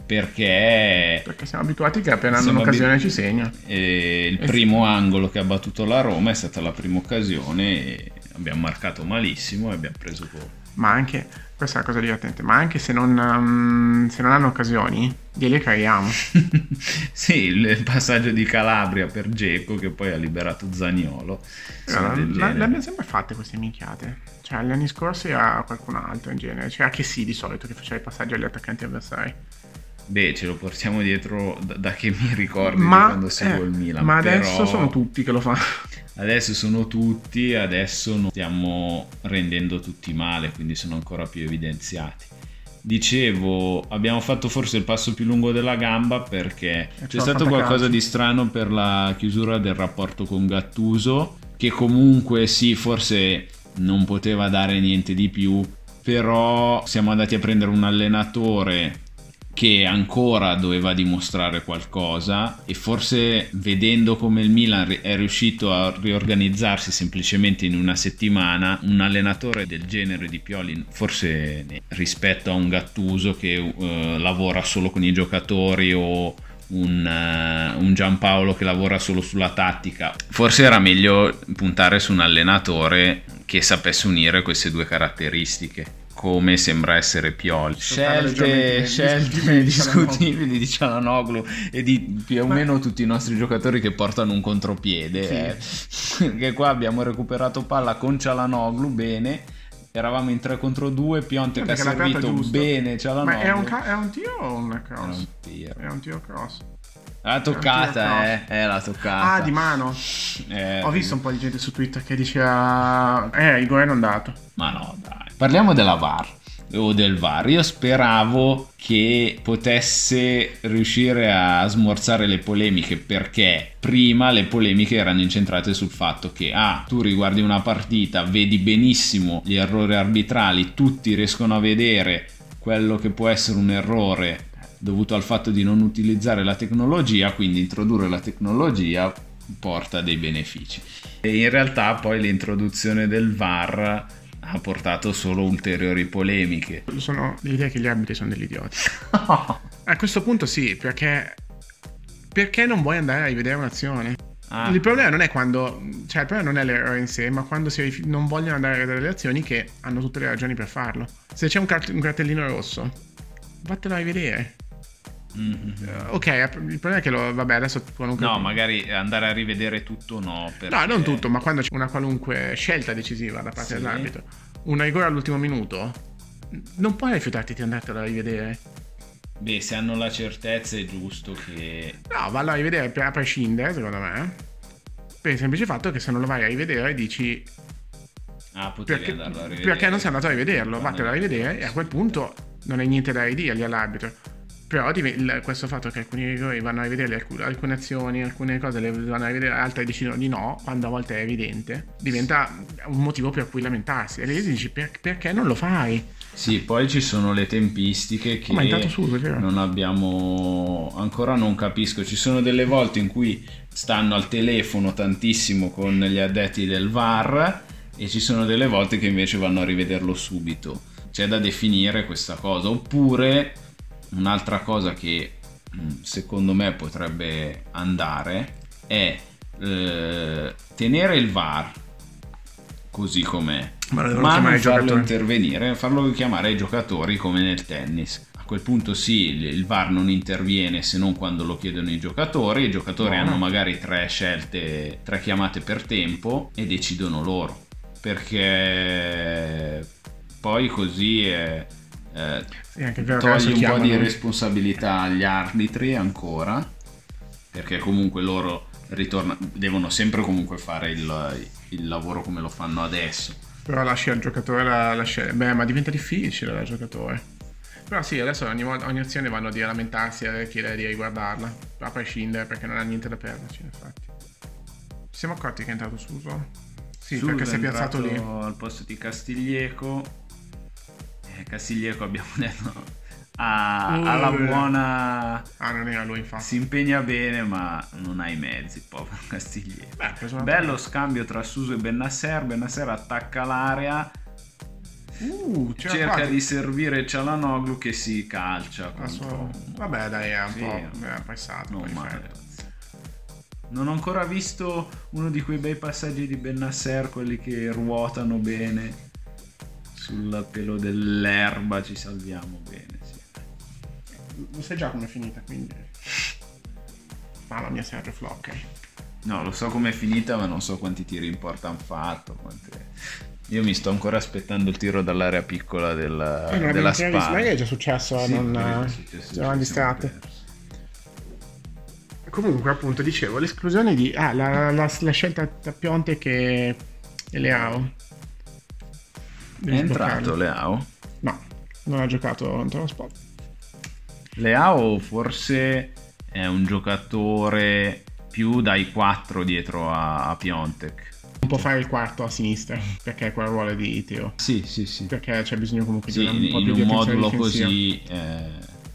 perché siamo abituati che appena hanno un'occasione ci segna. Il primo angolo che ha battuto la Roma è stata la prima occasione, e abbiamo marcato malissimo e abbiamo preso gol. Ma anche, questa è la cosa divertente, ma anche se non hanno occasioni, gliele creiamo. Sì, il passaggio di Calabria per Dzeko, che poi ha liberato Zaniolo. L'abbiamo sempre fatte queste minchiate. Cioè, gli anni scorsi era qualcun altro in genere. Cioè, che sì, di solito, che faceva i passaggi agli attaccanti avversari. Ce lo portiamo dietro da che mi ricordo di quando seguo il Milan. Ma adesso sono tutti che lo fanno. Adesso sono tutti, adesso non stiamo rendendo tutti male, quindi sono ancora più evidenziati. Dicevo, abbiamo fatto forse il passo più lungo della gamba, perché c'è stato qualcosa di strano per la chiusura del rapporto con Gattuso, che comunque sì, forse non poteva dare niente di più, però siamo andati a prendere un allenatore che ancora doveva dimostrare qualcosa, e forse vedendo come il Milan è riuscito a riorganizzarsi semplicemente in una settimana, un allenatore del genere di Pioli, forse rispetto a un Gattuso che lavora solo con i giocatori, o un Giampaolo che lavora solo sulla tattica, forse era meglio puntare su un allenatore che sapesse unire queste due caratteristiche, come sembra essere Pioli. Scelte discutibili di Çalhanoğlu e di più o meno tutti i nostri giocatori che portano un contropiede, perché qua abbiamo recuperato palla con Çalhanoğlu bene, eravamo in 3 contro 2, Piontek ha servito bene Çalhanoğlu. Ma è un tiro o un cross? È un tiro cross. La toccata, la toccata. Ah, di mano. Ho visto un po' di gente su Twitter che diceva rigore non dato. Ma no, dai. Parliamo della VAR o del VAR. Io speravo che potesse riuscire a smorzare le polemiche, perché prima le polemiche erano incentrate sul fatto che tu riguardi una partita, vedi benissimo gli errori arbitrali, tutti riescono a vedere quello che può essere un errore dovuto al fatto di non utilizzare la tecnologia, quindi introdurre la tecnologia porta dei benefici. E in realtà poi l'introduzione del VAR ha portato solo ulteriori polemiche. Sono l'idea che gli arbitri sono degli idioti. A questo punto sì, perché non vuoi andare a rivedere un'azione? Il problema non è il problema non è l'errore in sé, ma quando non vogliono andare a rivedere le azioni, che hanno tutte le ragioni per farlo. Se c'è un cartellino rosso, vattelo a rivedere. Ok, il problema è che adesso magari andare a rivedere tutto perché... No, non tutto, ma quando c'è una qualunque scelta decisiva da parte dell'arbitro, un rigore all'ultimo minuto, non puoi rifiutarti di andartelo a rivedere. Beh, se hanno la certezza è giusto che... No, vallo a rivedere a prescindere, secondo me, per il semplice fatto che se non lo vai a rivedere dici potevi andarlo a rivedere, perché non sei andato a rivederlo, vattelo a rivedere, e a quel punto non hai niente da ridirgli all'arbitro. Però questo fatto che alcuni rigori vanno a rivedere, alcune azioni, alcune cose le vanno a rivedere, altre decidono di no, quando a volte è evidente, diventa un motivo per cui lamentarsi. E lì dici perché non lo fai? Sì, poi ci sono le tempistiche che non abbiamo, ancora non capisco. Ci sono delle volte in cui stanno al telefono tantissimo con gli addetti del VAR, e ci sono delle volte che invece vanno a rivederlo subito. C'è da definire questa cosa. Oppure un'altra cosa che secondo me potrebbe andare è tenere il VAR così com'è, ma non farlo intervenire, farlo chiamare ai giocatori come nel tennis. A quel punto sì, il VAR non interviene se non quando lo chiedono i giocatori hanno magari 3 scelte, 3 chiamate per tempo, e decidono loro, perché poi così togli un po' di responsabilità agli arbitri ancora, perché comunque loro devono sempre comunque fare il lavoro come lo fanno adesso. Però lasci al giocatore la scelta. Ma diventa difficile al giocatore. Però sì, adesso ogni azione vanno a lamentarsi e a chiedere di riguardarla, a prescindere, perché non ha niente da perderci, infatti. Ci siamo accorti che è entrato Suso? Sì, perché si è piazzato lì al posto di Castiglieco. Castiglieco abbiamo detto alla buona, non era lui, infatti. Si impegna bene ma non ha i mezzi, povero Castiglieco. Bello scambio tra Suso e Bennacer attacca l'area, cerca di servire Çalhanoğlu che si calcia vabbè dai, è un po' passato, non male. Non ho ancora visto uno di quei bei passaggi di Bennacer, quelli che ruotano bene sul pelo dell'erba, ci salviamo bene, sì. Lo sai già com'è finita, quindi mamma mia, Sergio Flocca. No, lo so com'è finita, ma non so quanti tiri in porta hanno fatto, io mi sto ancora aspettando il tiro dall'area piccola della spalla. Ma è già successo, sì, c'erano distratte. Comunque, appunto, dicevo, l'esclusione di la scelta tra Piontek e Leao. È entrato Leao? No, non ha giocato contro lo Spot. Leao forse è un giocatore più dai 4 dietro a Piontek. Non può fare il quarto a sinistra, perché è quel ruolo di Teo. Sì. Perché c'è bisogno comunque di un po' più di attenzione difensiva. Così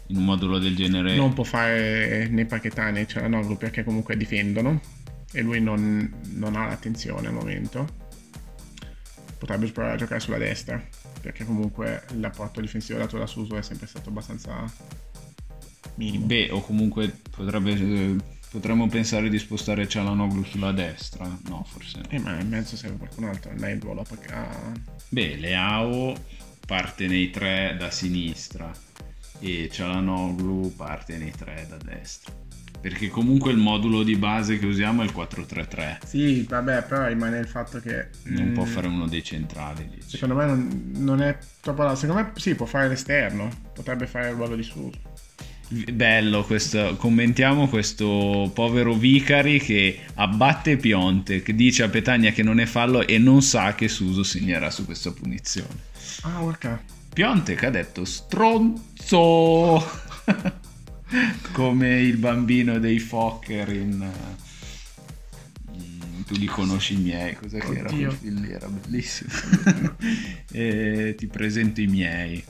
in un modulo del genere. Non può fare né Paquetá né Çalhanoğlu perché comunque difendono e lui non ha l'attenzione al momento. Potrebbe provare a giocare sulla destra perché comunque l'apporto difensivo dato da Suso è sempre stato abbastanza minimo. Beh, o comunque potremmo pensare di spostare Çalhanoğlu sulla destra. No, forse no. Ma in mezzo serve qualcun altro, non è il ruolo Beh, Leao parte nei 3 da sinistra e Çalhanoğlu parte nei 3 da destra, perché comunque il modulo di base che usiamo è il 4-3-3. Sì, vabbè, però rimane il fatto che non può fare uno dei centrali, dici. Secondo me non è troppo. Secondo me sì, può fare l'esterno, potrebbe fare il ruolo di Suso. Bello questo, commentiamo questo povero Vicari che abbatte Piontek, che dice a Petagna che non è fallo e non sa che Suso segnerà su questa punizione. Ah, ok. Piontek ha detto stronzo come il bambino dei Fokker in tu li conosci i miei, cos'è che era quel film lì? Era bellissimo. Ti presento i miei.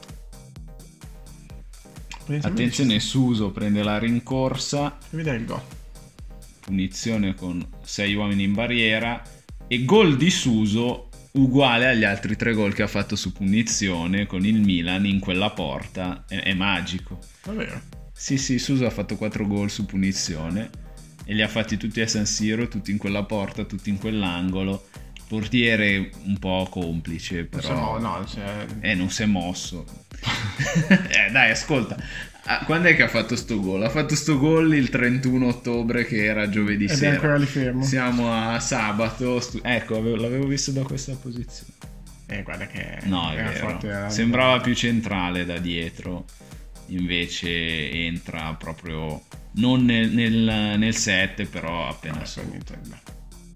Attenzione, Suso prende la rincorsa, vedere il gol, punizione con 6 uomini in barriera e gol di Suso uguale agli altri 3 gol che ha fatto su punizione con il Milan in quella porta. È magico. Davvero? Sì, Suso ha fatto 4 gol su punizione e li ha fatti tutti a San Siro, tutti in quella porta, tutti in quell'angolo. Portiere un po' complice, però non si è mosso. Dai, ascolta, quando è che ha fatto sto gol? Ha fatto sto gol il 31 ottobre, che era giovedì sera. Ed è ancora lì fermo. Siamo a sabato. Ecco, l'avevo visto da questa posizione. Guarda che no, è vero. Forte, sembrava più centrale da dietro, invece entra proprio non nel 7, però appena sotto.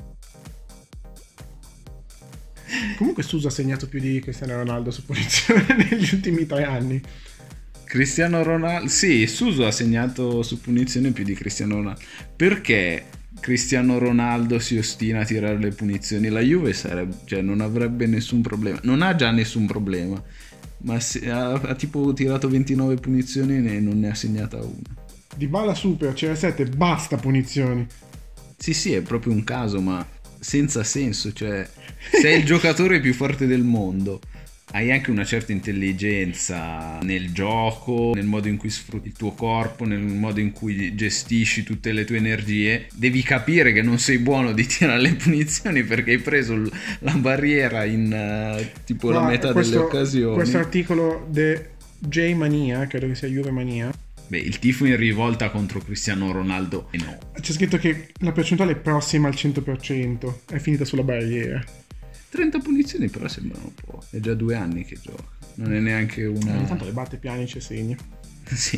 Comunque Suso ha segnato più di Cristiano Ronaldo su punizione negli ultimi 3 anni. Cristiano Ronaldo, sì, Suso ha segnato su punizione più di Cristiano Ronaldo. Perché Cristiano Ronaldo si ostina a tirare le punizioni? La Juve non avrebbe nessun problema, non ha già nessun problema, ma ha tipo tirato 29 punizioni e non ne ha segnata una. Dybala super, CR7, basta punizioni. Sì, è proprio un caso, ma senza senso, cioè sei il giocatore più forte del mondo, hai anche una certa intelligenza nel gioco, nel modo in cui sfrutti il tuo corpo, nel modo in cui gestisci tutte le tue energie. Devi capire che non sei buono di tirare le punizioni perché hai preso la barriera in tipo la metà delle occasioni. Questo articolo di J-Mania, credo che sia Juve Mania. Beh, il tifo in rivolta contro Cristiano Ronaldo no. C'è scritto che la percentuale è prossima al 100%, è finita sulla barriera. 30 punizioni però sembrano un po'. È già 2 anni che gioca. Non è neanche una. Ogni tanto le batte Pjanic e segna. Sì.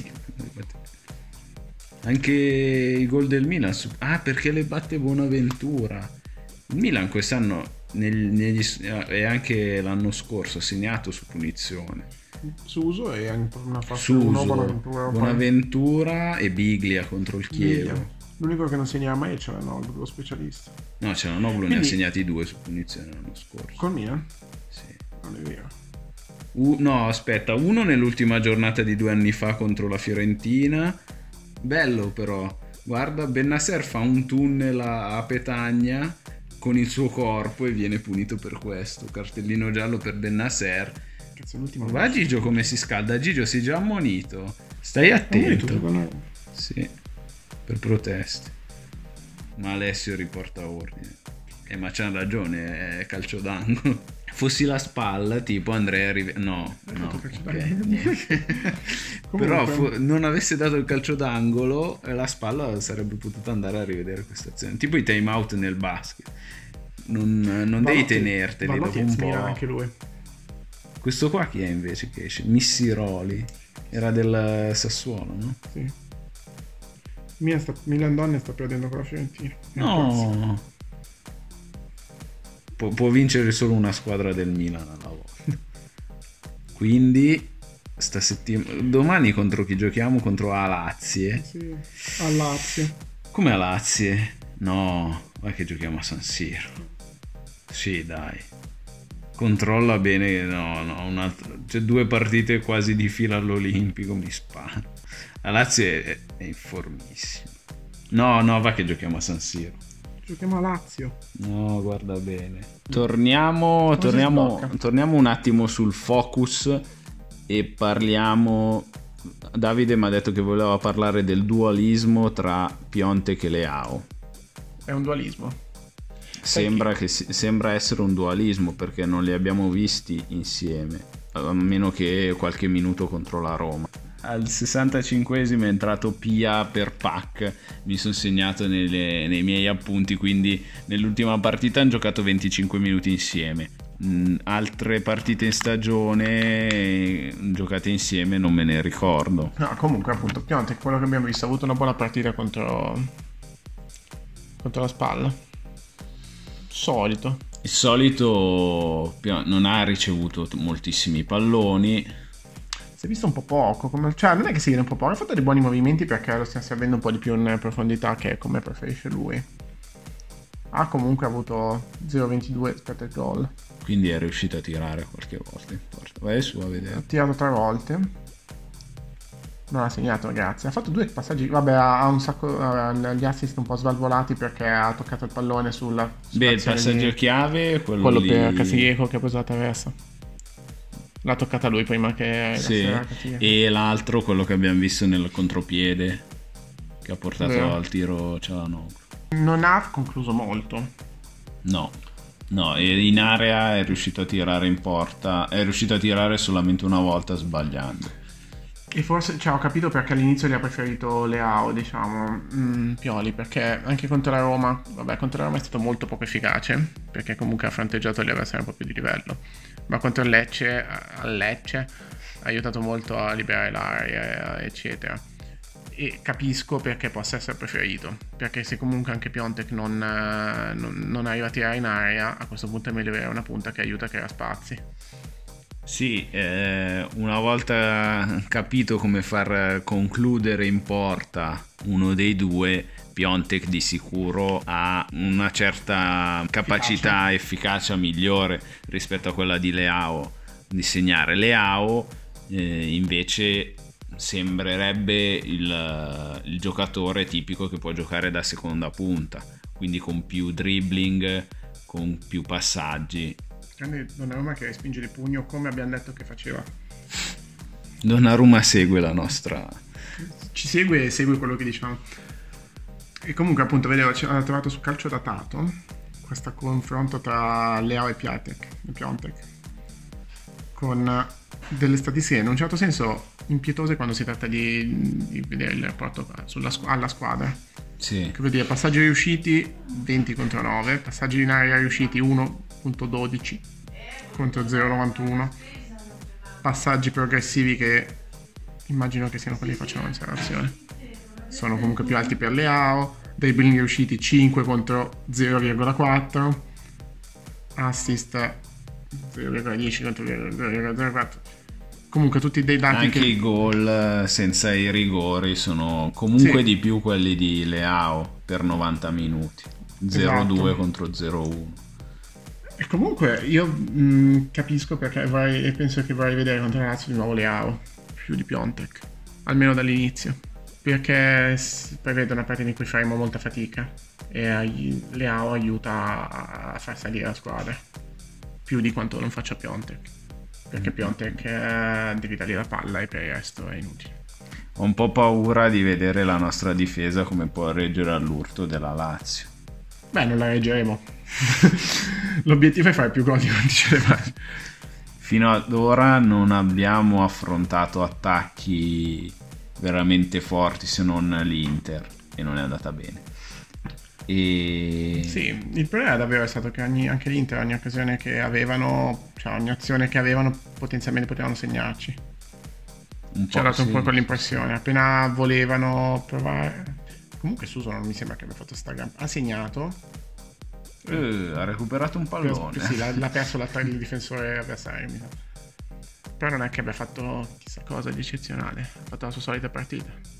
Anche i gol del Milan. Perché le batte Bonaventura. Il Milan quest'anno e anche l'anno scorso ha segnato su punizione. Suso e una fase 1 Bonaventura e Biglia contro il Chievo. L'unico che non segnava mai è Çalhanoğlu, lo specialista. No, Çalhanoğlu ne ha segnati 2 su punizione l'anno scorso. Col Milan? Sì. Non è vero. No, aspetta, uno nell'ultima giornata di 2 anni fa contro la Fiorentina. Bello però. Guarda, Bennacer fa un tunnel a Petagna con il suo corpo e viene punito per questo. Cartellino giallo per Bennacer. Va Gigio come si scalda. Gigio si è già ammonito. Stai attento. Sì, per proteste. Ma Alessio riporta ordine. Ma c'ha ragione, è calcio d'angolo. Fossi la spalla tipo andrei no okay. Però non avesse dato il calcio d'angolo, la spalla sarebbe potuta andare a rivedere questa azione, tipo i time out nel basket. Non devi tenerteli dopo un po'. Anche lui. Questo qua chi è invece che esce? Missiroli. Era del Sassuolo, no? Sì. Milan Donne sta perdendo con la Fiorentina. No. Può vincere solo una squadra del Milan alla volta. Quindi domani contro chi giochiamo? Contro Alazie. Sì, a Lazio. Come a Lazie? No, ma che giochiamo a San Siro. Sì, dai. Controlla bene, no, c'è 2 partite quasi di fila all'Olimpico, mi sparo. La Lazio è informissima. No, va che giochiamo a San Siro. Giochiamo a Lazio. No, guarda bene. Torniamo un attimo sul focus e parliamo. Davide mi ha detto che voleva parlare del dualismo tra Piontek e Leao. È un dualismo. Sembra essere un dualismo perché non li abbiamo visti insieme, a meno che qualche minuto contro la Roma. Al 65esimo è entrato Pia per Pac, mi sono segnato nei miei appunti, quindi nell'ultima partita hanno giocato 25 minuti insieme. Altre partite in stagione giocate insieme non me ne ricordo. No, comunque appunto Piontek, quello che abbiamo visto, ha avuto una buona partita contro la Spalla. Il solito non ha ricevuto moltissimi palloni. Si è visto un po' poco, cioè non è che si vede un po' poco, ha fatto dei buoni movimenti perché lo stiamo servendo un po' di più in profondità, che è come preferisce lui. Ha comunque avuto 0,22 rispetto al gol. Quindi è riuscito a tirare qualche volta in porta. Vai su a vedere. Ha tirato 3 volte. Non ha segnato, ragazzi. Ha fatto 2 passaggi. Vabbè, ha un sacco. Gli assist un po' svalvolati perché ha toccato il pallone sulla. Il passaggio chiave è quello lì... per Castillejo che ha preso la traversa. L'ha toccata lui prima che. Sì. E l'altro, quello che abbiamo visto nel contropiede, che ha portato al tiro Cialanoglu. Non ha concluso molto. No, e in area è riuscito a tirare in porta. È riuscito a tirare solamente una volta sbagliando. E forse, ho capito perché all'inizio gli ha preferito Leao, diciamo, Pioli, perché anche contro la Roma, contro la Roma è stato molto poco efficace, perché comunque ha fronteggiato gli avversari un po' più di livello, ma contro il Lecce ha aiutato molto a liberare l'area, eccetera. E capisco perché possa essere preferito, perché se comunque anche Piontek non arriva a tirare in area, a questo punto è meglio avere una punta che aiuta a creare spazi. Sì, una volta capito come far concludere in porta uno dei due, Piontek di sicuro ha una certa capacità, efficacia migliore rispetto a quella di Leao di segnare. Leao invece sembrerebbe il giocatore tipico che può giocare da seconda punta, quindi con più dribbling, con più passaggi. Donnarumma che spinge di pugno come abbiamo detto che faceva. Donnarumma segue la nostra, ci segue e segue quello che diciamo. E comunque appunto vedevo, ha trovato su Calcio Datato questo confronto tra Leao e Piontek con delle statistiche in un certo senso impietose quando si tratta di vedere il rapporto alla squadra. Sì. Che vuol dire passaggi riusciti 20 contro 9, passaggi in area riusciti 1.12 contro 0.91, passaggi progressivi che immagino che siano quelli che facciano considerazione, sono comunque più alti per Leao, dribbling riusciti 5 contro 0,4, assist 0,10 contro 0,04. Comunque tutti dei dati anche i gol senza i rigori sono comunque di più quelli di Leao per 90 minuti, 0,2 contro 0,1. E comunque io capisco perché e penso che vorrei vedere contro la Lazio di nuovo Leao più di Piontek, almeno dall'inizio, perché prevede una partita in cui faremo molta fatica e Leao aiuta a far salire la squadra più di quanto non faccia Piontek, perché Piontek devi dargli la palla e per il resto è inutile. Ho un po' paura di vedere la nostra difesa come può reggere all'urto della Lazio. Beh, non la reggeremo. L'obiettivo è fare più gol di quanti ce ne faccio. Fino ad ora non abbiamo affrontato attacchi veramente forti, se non l'Inter, e non è andata bene. Sì, il problema davvero è stato che anche l'Inter, ogni occasione che avevano, cioè ogni azione che avevano potenzialmente potevano segnarci. Ci ha dato un po' quell'impressione, appena volevano provare. Comunque Suso non mi sembra che abbia fatto sta gran... ha segnato, ha recuperato un pallone. Sì, l'ha perso il difensore avversario, mi sa. Però non è che abbia fatto chissà cosa di eccezionale, ha fatto la sua solita partita.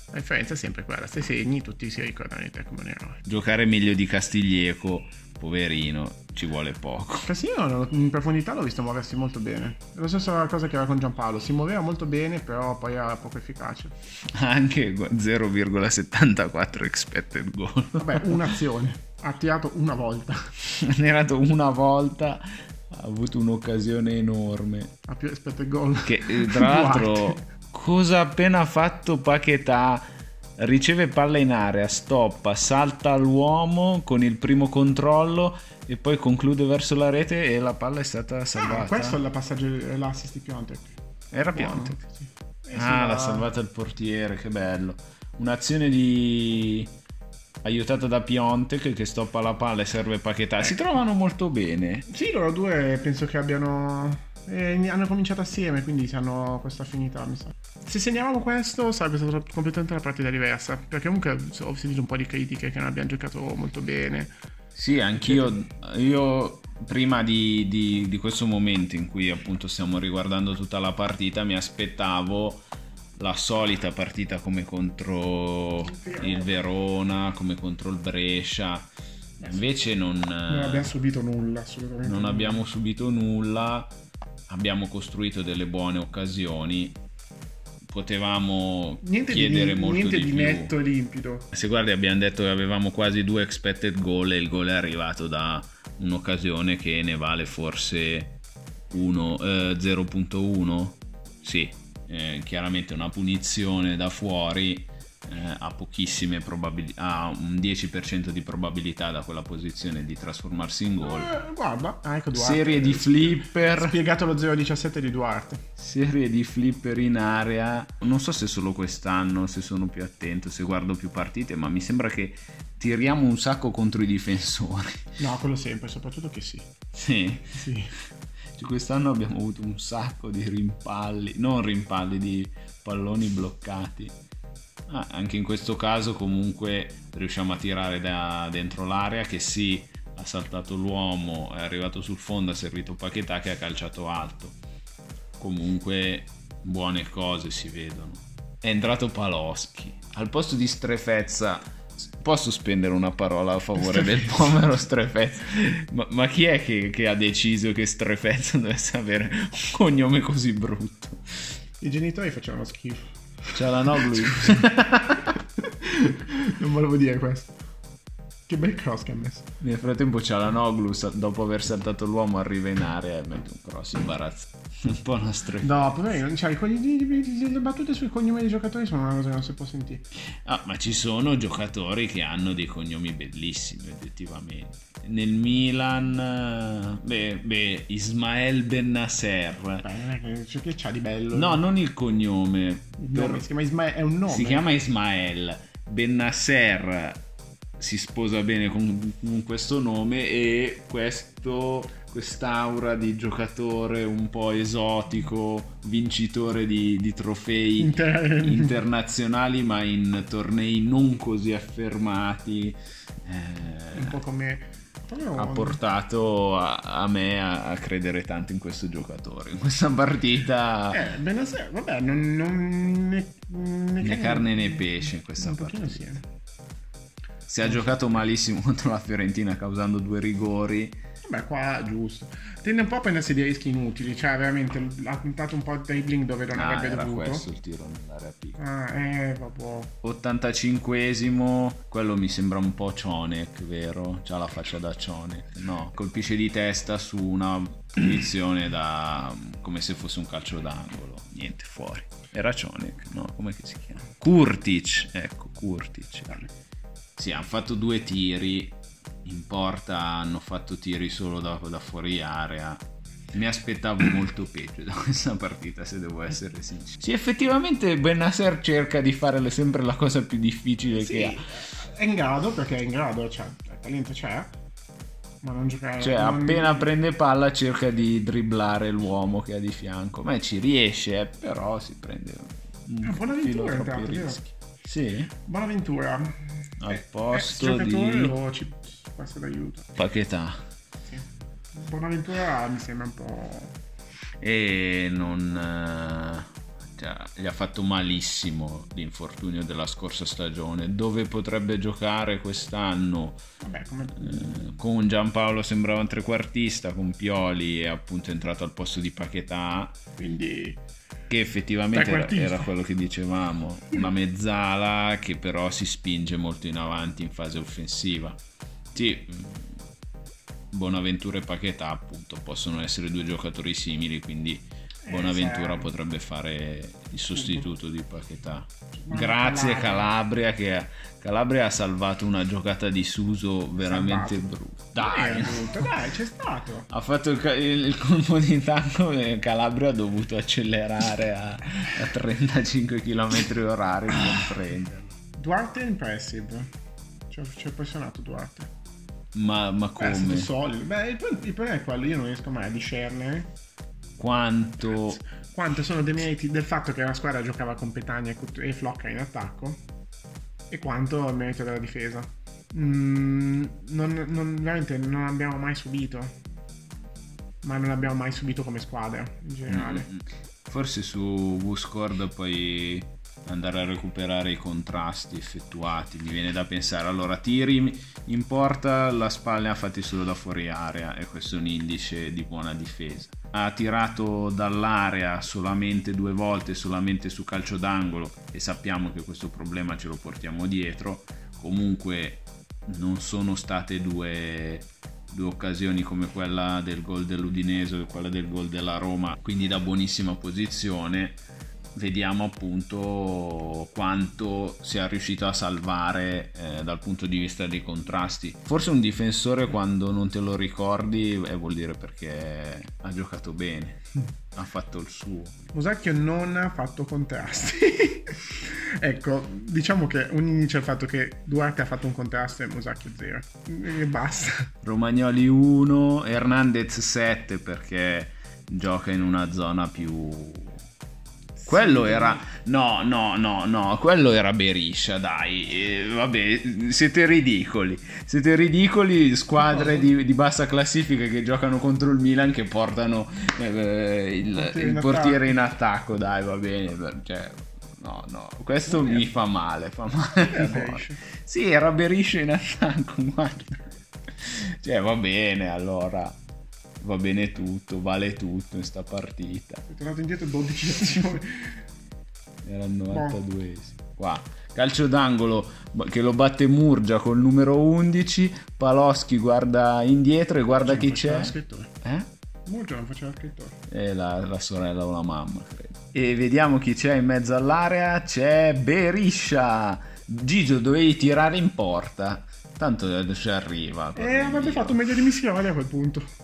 La differenza è sempre quella, se segni tutti si ricordano di te come un eroe. Giocare meglio di Castiglieco, poverino, ci vuole poco. Cassino in profondità l'ho visto muoversi molto bene. È la stessa cosa che era con Giampaolo, si muoveva molto bene però poi era poco efficace. Anche 0,74 expected goal. Vabbè, un'azione, ha tirato una volta. Ha tirato una volta, ha avuto un'occasione enorme. Ha più expected goal. Che tra l'altro... Cosa ha appena fatto Paquetá? Riceve palla in area, stoppa, salta all'uomo con il primo controllo e poi conclude verso la rete e la palla è stata salvata. Questo è il passaggio, l'assist di Piontek. Era Buono. Piontek. Sì. L'ha salvata il portiere, che bello. Un'azione aiutata da Piontek che stoppa la palla e serve Paquetá. Si trovano molto bene. Sì, loro due penso che hanno cominciato assieme, quindi si hanno questa affinità, mi sa. Se segnavamo questo sarebbe stata completamente una partita diversa, perché comunque ho sentito un po' di critiche che non abbiamo giocato molto bene. Sì, anch'io. Io prima di questo momento in cui appunto stiamo riguardando tutta la partita mi aspettavo la solita partita come contro il Verona, come contro il Brescia. Invece non abbiamo subito nulla, assolutamente. Non abbiamo subito nulla. Abbiamo costruito delle buone occasioni, potevamo chiedere molto di più. Niente di netto e limpido. Se guardi, abbiamo detto che avevamo quasi 2 expected goal e il gol è arrivato da un'occasione che ne vale forse 0.1. Sì, chiaramente una punizione da fuori, ha pochissime probabilità, ha un 10% di probabilità da quella posizione di trasformarsi in gol. Guarda, ecco Duarte. Serie di flipper. Spiegato lo 0.17 di Duarte. Serie di flipper in area. Non so se solo quest'anno, se sono più attento, se guardo più partite, ma mi sembra che tiriamo un sacco contro i difensori. No, quello sempre, soprattutto che sì. Sì. Sì. Quest'anno abbiamo avuto un sacco di rimpalli, non rimpalli, di palloni bloccati. Anche in questo caso comunque riusciamo a tirare da dentro l'area, che sì, ha saltato l'uomo, è arrivato sul fondo, ha servito Paquetá che ha calciato alto. Comunque buone cose si vedono. È entrato Paloschi al posto di Strefezza. Posso spendere una parola a favore del povero Strefezza? Ma chi è che ha deciso che Strefezza dovesse avere un cognome così brutto? I genitori facevano schifo. Cialanoglu. Non volevo dire questo. Che bel cross che ha messo. Nel frattempo Cialanoglu, dopo aver saltato l'uomo, arriva in area e mette un cross imbarazzante. Un po' una stretta. No, poverino, cioè, le battute sui cognomi dei giocatori sono una cosa che non si può sentire. Ma ci sono giocatori che hanno dei cognomi bellissimi, effettivamente. Nel Milan, Ismael Bennacer. Che c'ha di bello? No, non il cognome. Il nome, si chiama Ismael, è un nome. Si chiama Ismael. Bennacer si sposa bene con questo nome e quest'aura di giocatore un po' esotico, vincitore di trofei internazionali ma in tornei non così affermati, un po' come ha portato a me a credere tanto in questo giocatore, in questa partita. Bennacer, vabbè, né carne né pesce in questa partita. Sì. Si è giocato malissimo contro la Fiorentina causando 2 rigori. Beh, qua giusto. Tende un po' a prendersi dei rischi inutili, cioè veramente ha tentato un po' di dribbling dove non avrebbe dovuto. Era questo il tiro nell'area piccola. Vabbè. 85esimo, quello mi sembra un po' Cionek, vero? C'ha la faccia da Cionek. No, colpisce di testa su una punizione come se fosse un calcio d'angolo. Niente, fuori. Era Cionek, no? Come si chiama? Kurtic, ecco, Kurtic. Sì, hanno fatto 2 tiri in porta, hanno fatto tiri solo da fuori area. Mi aspettavo molto peggio da questa partita, se devo essere sincero. Sì, effettivamente Bennacer cerca di fare sempre la cosa più difficile che ha. È in grado, perché è in grado, cioè il talento c'è, ma non giocare. Cioè, appena prende palla cerca di dribblare l'uomo che ha di fianco. Ma ci riesce, però si prende un filo troppi rischi. Sì? Buonaventura. Al posto di o ci passa d'aiuto? Paquetá. Sì. Buonaventura mi sembra un po'. E non Cioè, gli ha fatto malissimo l'infortunio della scorsa stagione. Dove potrebbe giocare quest'anno? Vabbè, Con Giampaolo sembrava un trequartista, con Pioli è appunto entrato al posto di Paquetá, quindi che effettivamente era quello che dicevamo, una mezzala che però si spinge molto in avanti in fase offensiva. Sì, Bonaventura e Paquetá appunto possono essere due giocatori simili, quindi Bonaventura potrebbe fare il sostituto di Paquetá. Grazie Calabria, che Calabria ha salvato una giocata di Suso veramente brutta. Dai, c'è stato. Ha fatto il colpo di tacco e Calabria ha dovuto accelerare a 35 km/h per prenderlo. Duarte è impressive. Ci ha impressionato Duarte. Ma come? Solido. Beh, il problema è quello, io non riesco mai a discernere quanto sono demeriti del fatto che la squadra giocava con Petagna e Flocca in attacco e quanto il merito della difesa. Veramente non abbiamo mai subito, ma non abbiamo mai subito come squadra in generale. Forse su WhoScored puoi andare a recuperare i contrasti effettuati, mi viene da pensare. Allora, tiri in porta, la spalla ha fatti solo da fuori area e questo è un indice di buona difesa. Ha tirato dall'area solamente 2 volte, solamente su calcio d'angolo, e sappiamo che questo problema ce lo portiamo dietro. Comunque non sono state due occasioni come quella del gol dell'Udinese e quella del gol della Roma, quindi da buonissima posizione. Vediamo appunto quanto sia riuscito a salvare dal punto di vista dei contrasti. Forse un difensore, quando non te lo ricordi, vuol dire perché ha giocato bene, ha fatto il suo. Musacchio non ha fatto contrasti. Ecco, diciamo che un indice al fatto che Duarte ha fatto un contrasto e Musacchio 0 e basta. Romagnoli 1, Hernandez 7 perché gioca in una zona più... Quello era... No, quello era Beriscia, dai. Vabbè, siete ridicoli, squadre di bassa classifica che giocano contro il Milan, che portano il portiere in attacco, dai, va bene, cioè... No, questo mi fa male. Sì, era Beriscia in attacco, guarda. Cioè, va bene, allora... Va bene tutto, vale tutto in sta partita. È tornato indietro 12 azioni. Era il 92esimo. Qua, calcio d'angolo che lo batte Murgia col numero 11. Paloschi guarda indietro e guarda chi c'è. Murgia non faceva scrittore. È la sorella o la mamma, credo. E vediamo chi c'è in mezzo all'area. C'è Beriscia. Gigio, dovevi tirare in porta. Tanto ci arriva. Avrebbe fatto meglio di Missioli a quel punto.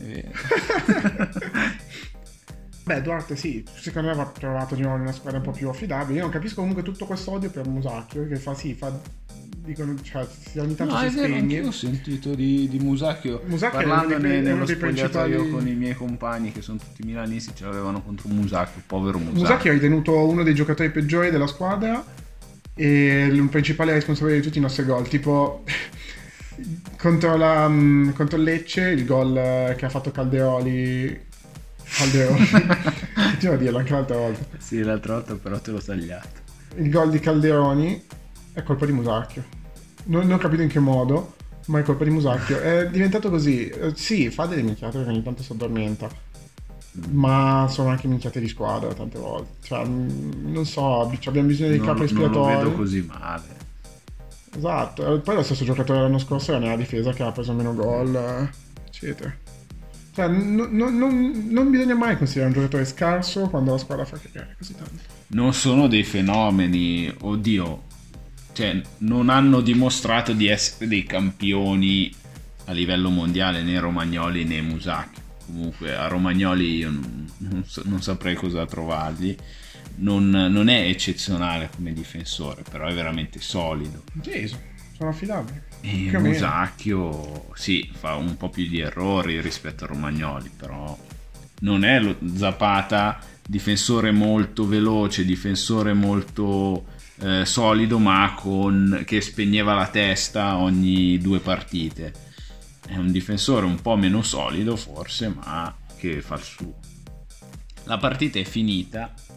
Beh, Duarte sì, secondo me va trovato di nuovo in una squadra un po' più affidabile. Io non capisco comunque tutto questo odio per Musacchio, che dicono, cioè ogni tanto si spegne. Io ho sentito di Musacchio parlandone nello spogliatoio con i miei compagni che sono tutti milanisti, ce l'avevano contro Musacchio, povero Musacchio. Musacchio è ritenuto uno dei giocatori peggiori della squadra e il principale responsabile di tutti i nostri gol, tipo... Contro il Lecce, il gol che ha fatto Calderoli continuo a dirlo anche l'altra volta. Sì, l'altra volta però te l'ho tagliato. Il gol di Calderoni è colpa di Musacchio. Non ho capito in che modo, ma è colpa di Musacchio. È diventato così. Sì, fa delle minchiate perché ogni tanto si addormenta, ma sono anche minchiate di squadra tante volte. Cioè, non so, abbiamo bisogno di capo espiatorio. Non lo vedo così male. Esatto, poi lo stesso giocatore l'anno scorso era nella difesa che ha preso meno gol, eccetera. Cioè, non bisogna mai considerare un giocatore scarso quando la squadra fa cagare così tanto. Non sono dei fenomeni, oddio, cioè non hanno dimostrato di essere dei campioni a livello mondiale né Romagnoli né Musacchio. Comunque a Romagnoli io non saprei cosa trovargli. Non è eccezionale come difensore, però è veramente solido. Sì, sono affidabili. E Musacchio sì, fa un po' più di errori rispetto a Romagnoli, però non è lo Zapata, difensore molto veloce, difensore molto solido, ma che spegneva la testa ogni 2 partite. È un difensore un po' meno solido forse, ma che fa il suo. La partita è finita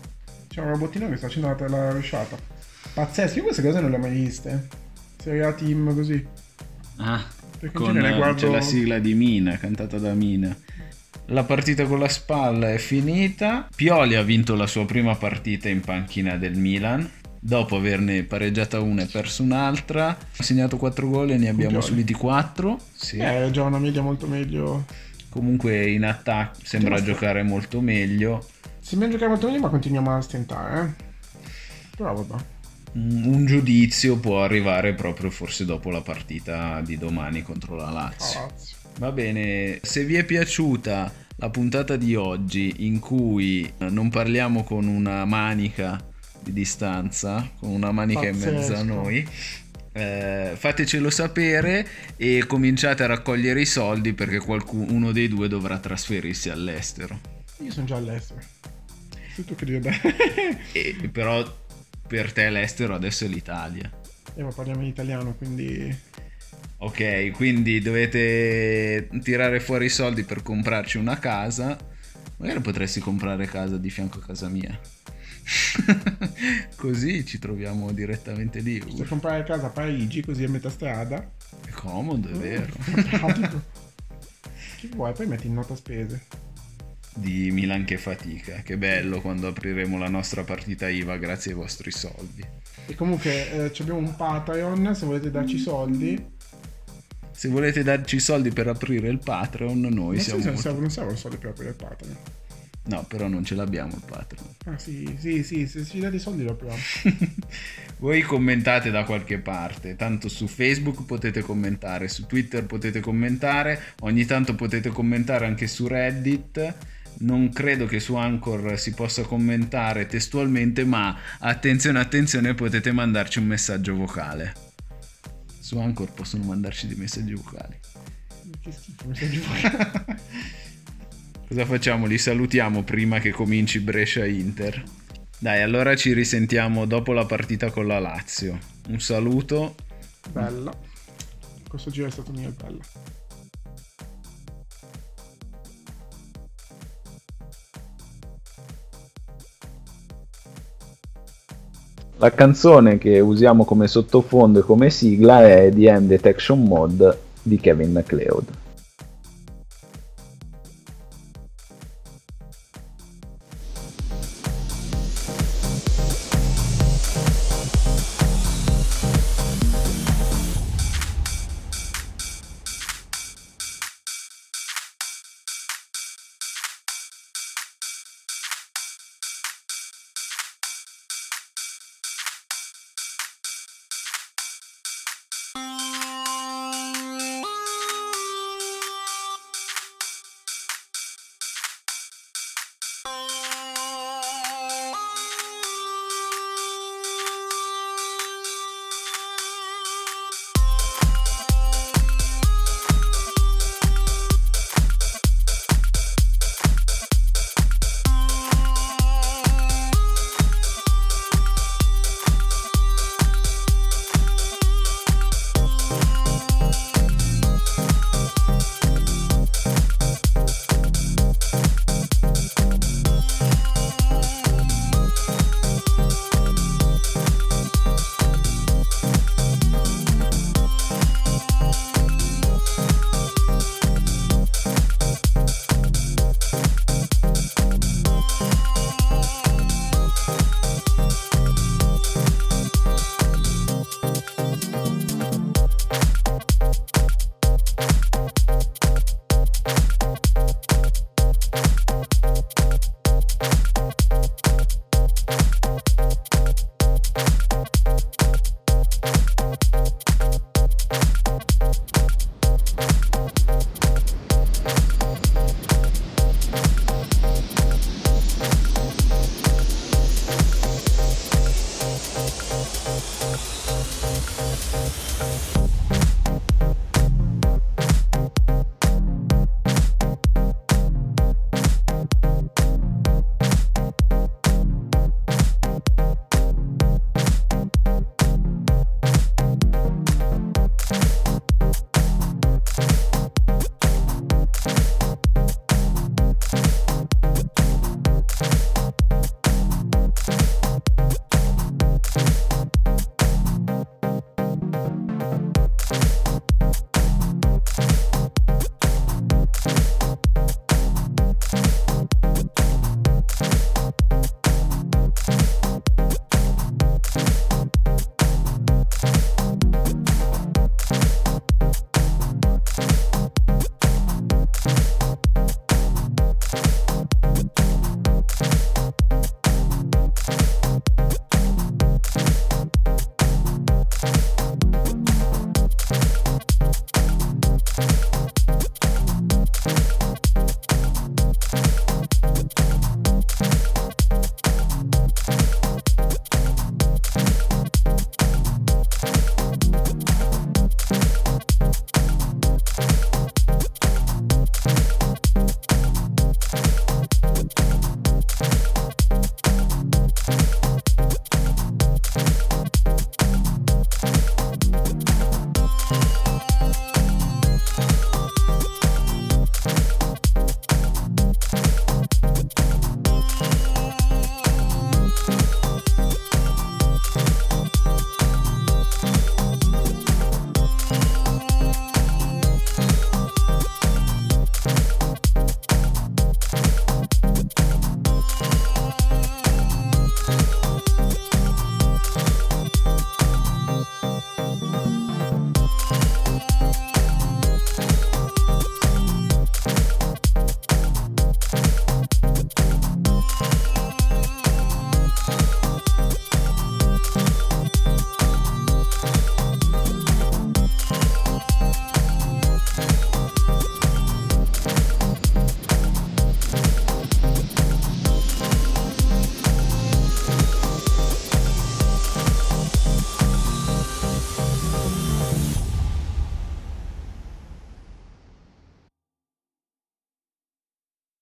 C'è un robottino che sta facendo la rovesciata. Pazzesco, io queste cose non le ho mai viste. Serie A team così. Ah, Perché in genere guardo... c'è la sigla di Mina, cantata da Mina. La partita con la spalla è finita. Pioli ha vinto la sua prima partita in panchina del Milan, dopo averne pareggiata una e perso un'altra. Ha segnato 4 gol e ne abbiamo subiti 4. Sì. È già una media molto meglio. Comunque in attacco sembra giocare molto meglio. Sembra giocare molto meglio, ma continuiamo a stentare, Però vabbè. Un giudizio può arrivare proprio forse dopo la partita di domani contro la Lazio. Va bene, se vi è piaciuta la puntata di oggi in cui non parliamo con una manica di distanza, con una manica in mezzo a noi, fatecelo sapere e cominciate a raccogliere i soldi perché uno dei due dovrà trasferirsi all'estero. Io sono già all'estero. Sei tu che devi andare. Però per te l'estero adesso è l'Italia. Ma parliamo in italiano, quindi... Ok, quindi dovete tirare fuori i soldi per comprarci una casa. Magari potresti comprare casa di fianco a casa mia. Così ci troviamo direttamente lì. Se comprare casa a Parigi, così a metà strada. È comodo, è vero. Che vuoi? Poi metti in nota spese. Di Milan che fatica. Che bello quando apriremo la nostra partita IVA grazie ai vostri soldi. E comunque abbiamo un Patreon, se volete darci soldi. Se volete darci soldi per aprire il Patreon, noi siamo... Non servono soldi per aprire il Patreon. No, però non ce l'abbiamo il Patreon. Ah sì, se ci date i soldi lo apriamo. Voi commentate da qualche parte, tanto su Facebook potete commentare, su Twitter potete commentare, ogni tanto potete commentare anche su Reddit. Non credo che su Anchor si possa commentare testualmente, ma attenzione, potete mandarci un messaggio vocale. Su Anchor possono mandarci dei messaggi vocali. Che schifo, messaggi vocali. Cosa facciamo? Li salutiamo prima che cominci Brescia-Inter. Dai, allora ci risentiamo dopo la partita con la Lazio. Un saluto. Bella. Questo giro è stato mio bello. La canzone che usiamo come sottofondo e come sigla è The End Detection Mode di Kevin MacLeod.